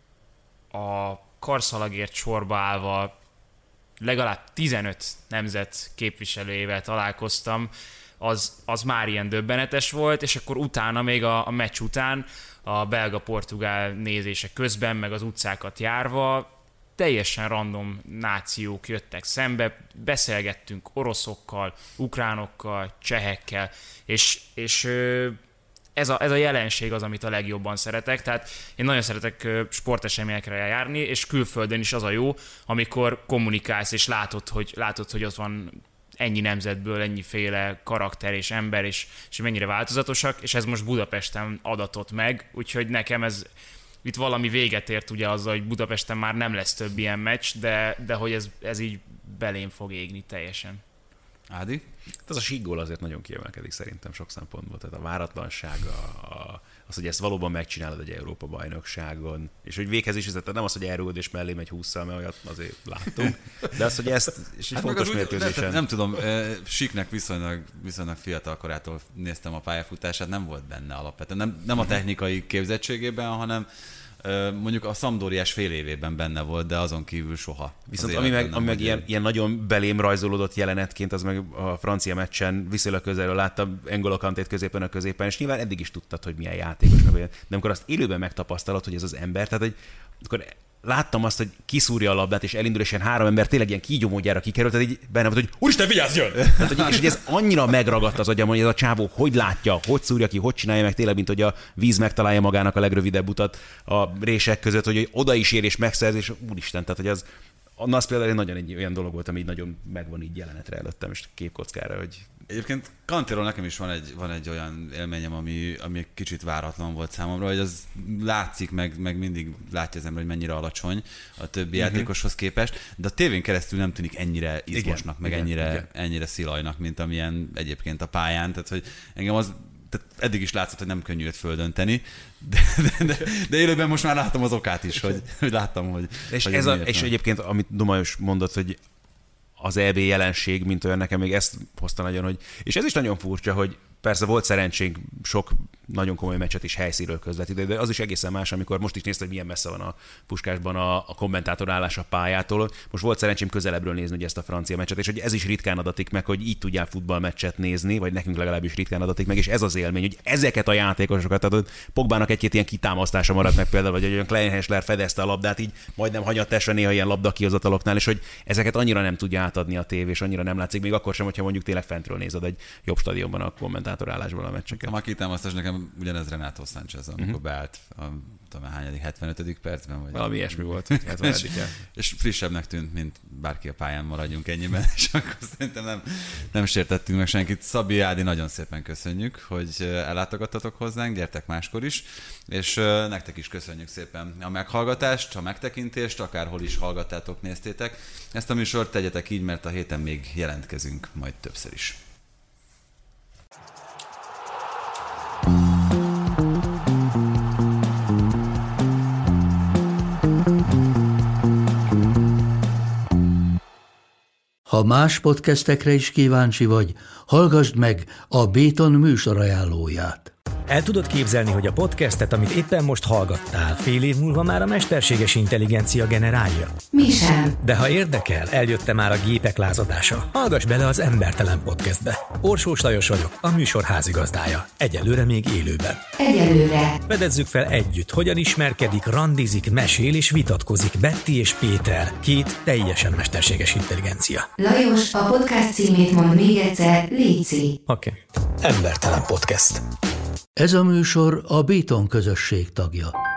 a karszalagért sorba állva legalább tizenöt nemzet képviselőjével találkoztam, az, az már ilyen döbbenetes volt, és akkor utána még a, a meccs után a belga-portugál nézése közben, meg az utcákat járva, teljesen random nációk jöttek szembe, beszélgettünk oroszokkal, ukránokkal, csehekkel, és, és ez, a, ez a jelenség az, amit a legjobban szeretek, tehát én nagyon szeretek sporteseményekre járni, és külföldön is az a jó, amikor kommunikálsz, és látod, hogy, látod, hogy ott van ennyi nemzetből, ennyiféle karakter és ember, és, és mennyire változatosak, és ez most Budapesten adatott meg, úgyhogy nekem ez itt valami véget ért ugye azzal, hogy Budapesten már nem lesz több ilyen meccs, de, de hogy ez, ez így belém fog égni teljesen. Ádi? Ez a síkgól azért nagyon kiemelkedik szerintem sok szempontból. Tehát a váratlanság, a, az, hogy ezt valóban megcsinálod egy Európa-bajnokságon, és hogy véghez is, tehát nem az, hogy elrúgod és mellé megy hússzal, mert olyat azért láttunk, de az, hogy ezt, és egy hát fontos mérkőzésen... Nem, nem tudom, Síknek viszonylag, viszonylag fiatal korától néztem a pályafutását, nem volt benne alapvetően. Nem, nem a technikai képzettségében, hanem mondjuk a Sampdoriás fél évében benne volt, de azon kívül soha. Viszont ami meg, ami meg ilyen, ilyen nagyon belém rajzolódott jelenetként, az meg a francia meccsen viszonylag közelről láttam N'Golo Kantét középen a középen, és nyilván eddig is tudtad, hogy milyen játékos, meg olyan. De amikor azt élőben megtapasztalod, hogy ez az ember, tehát hogy akkor láttam azt, hogy kiszúrja a labdát, és elindul, és ilyen három ember tényleg ilyen kígyómódjára kikerült, tehát így benne volt, hogy úristen, vigyázz, jön! Tehát, hogy, és hogy ez annyira megragadt az agyam, hogy ez a csávó hogy látja, hogy szúrja ki, hogy csinálja meg, tényleg, mint hogy a víz megtalálja magának a legrövidebb utat a rések között, hogy oda is ér és megszerz, és úristen, tehát hogy az, az például nagyon egy olyan dolog volt, ami így nagyon megvan így jelenetre előttem, és képkockára, hogy... Egyébként Kantéról nekem is van egy, van egy olyan élményem, ami, ami egy kicsit váratlan volt számomra, hogy az látszik, meg, meg mindig látja az ember, hogy mennyire alacsony a többi uh-huh. játékoshoz képest, de a tévén keresztül nem tűnik ennyire izmosnak, meg igen, ennyire, igen. ennyire szilajnak, mint amilyen egyébként a pályán, tehát hogy engem az tehát eddig is látszott, hogy nem könnyű őt földönteni, de, de, de, de élőben most már láttam az okát is, hogy, hogy láttam, hogy... És, hogy ez a, és egyébként, amit Domajos mondott, hogy az é bé jelenség, mint olyan, nekem még ezt hozta nagyon, hogy... És ez is nagyon furcsa, hogy persze volt szerencsénk sok nagyon komoly meccset is helyszínről közvetíteni, de az is egészen más, amikor most is néztem, hogy milyen messze van a Puskásban a, a kommentátor állás a pályától. Most volt szerencsém közelebbről nézni ugye ezt a francia meccset, és hogy ez is ritkán adatik meg, hogy így tudjál futballmeccset nézni, vagy nekünk legalábbis ritkán adatik meg, és ez az élmény, hogy ezeket a játékosokat, tehát Pogbának egy-két ilyen kitámasztása maradt meg például, vagy hogy olyan Kleinhässler fedezte a labdát, így majdnem hanyattesre néha ilyen labdakihozataloknál, és hogy ezeket annyira nem tudja átadni a tévé, és annyira nem látszik, még akkor sem, hogyha mondjuk tényleg fentről nézed egy jobb stadionban a kommentátor állásban a meccseket. A kitámasztás nekem ugyanez Renato Sánchez, amikor uh-huh. beállt a tudom, hányadik, hetvenötödik percben? Vagy valami ilyesmi volt. és, és frissebbnek tűnt, mint bárki a pályán, maradjunk ennyiben, és akkor szerintem nem, nem sértettünk meg senkit. Szabi, Ádi, nagyon szépen köszönjük, hogy ellátogattatok hozzánk, gyertek máskor is, és nektek is köszönjük szépen a meghallgatást, a megtekintést, akárhol is hallgattátok, néztétek. Ezt a műsort tegyetek így, mert a héten még jelentkezünk majd többször is. Ha más podcastekre is kíváncsi vagy, hallgassd meg a Béton műsor ajánlóját. El tudod képzelni, hogy a podcastet, amit éppen most hallgattál, fél év múlva már a mesterséges intelligencia generálja? Mi sem. De ha érdekel, eljött már a gépek lázadása. Hallgass bele az Embertelen Podcastbe. Orsós Lajos vagyok, a műsor házigazdája. Egyelőre még élőben. Egyelőre. Fedezzük fel együtt, hogyan ismerkedik, randizik, mesél és vitatkozik Betty és Péter, két teljesen mesterséges intelligencia. Lajos, a podcast címét mond még egyszer, léci. Oké. Okay. Embertelen Podcast. Ez a műsor a Béton közösség tagja.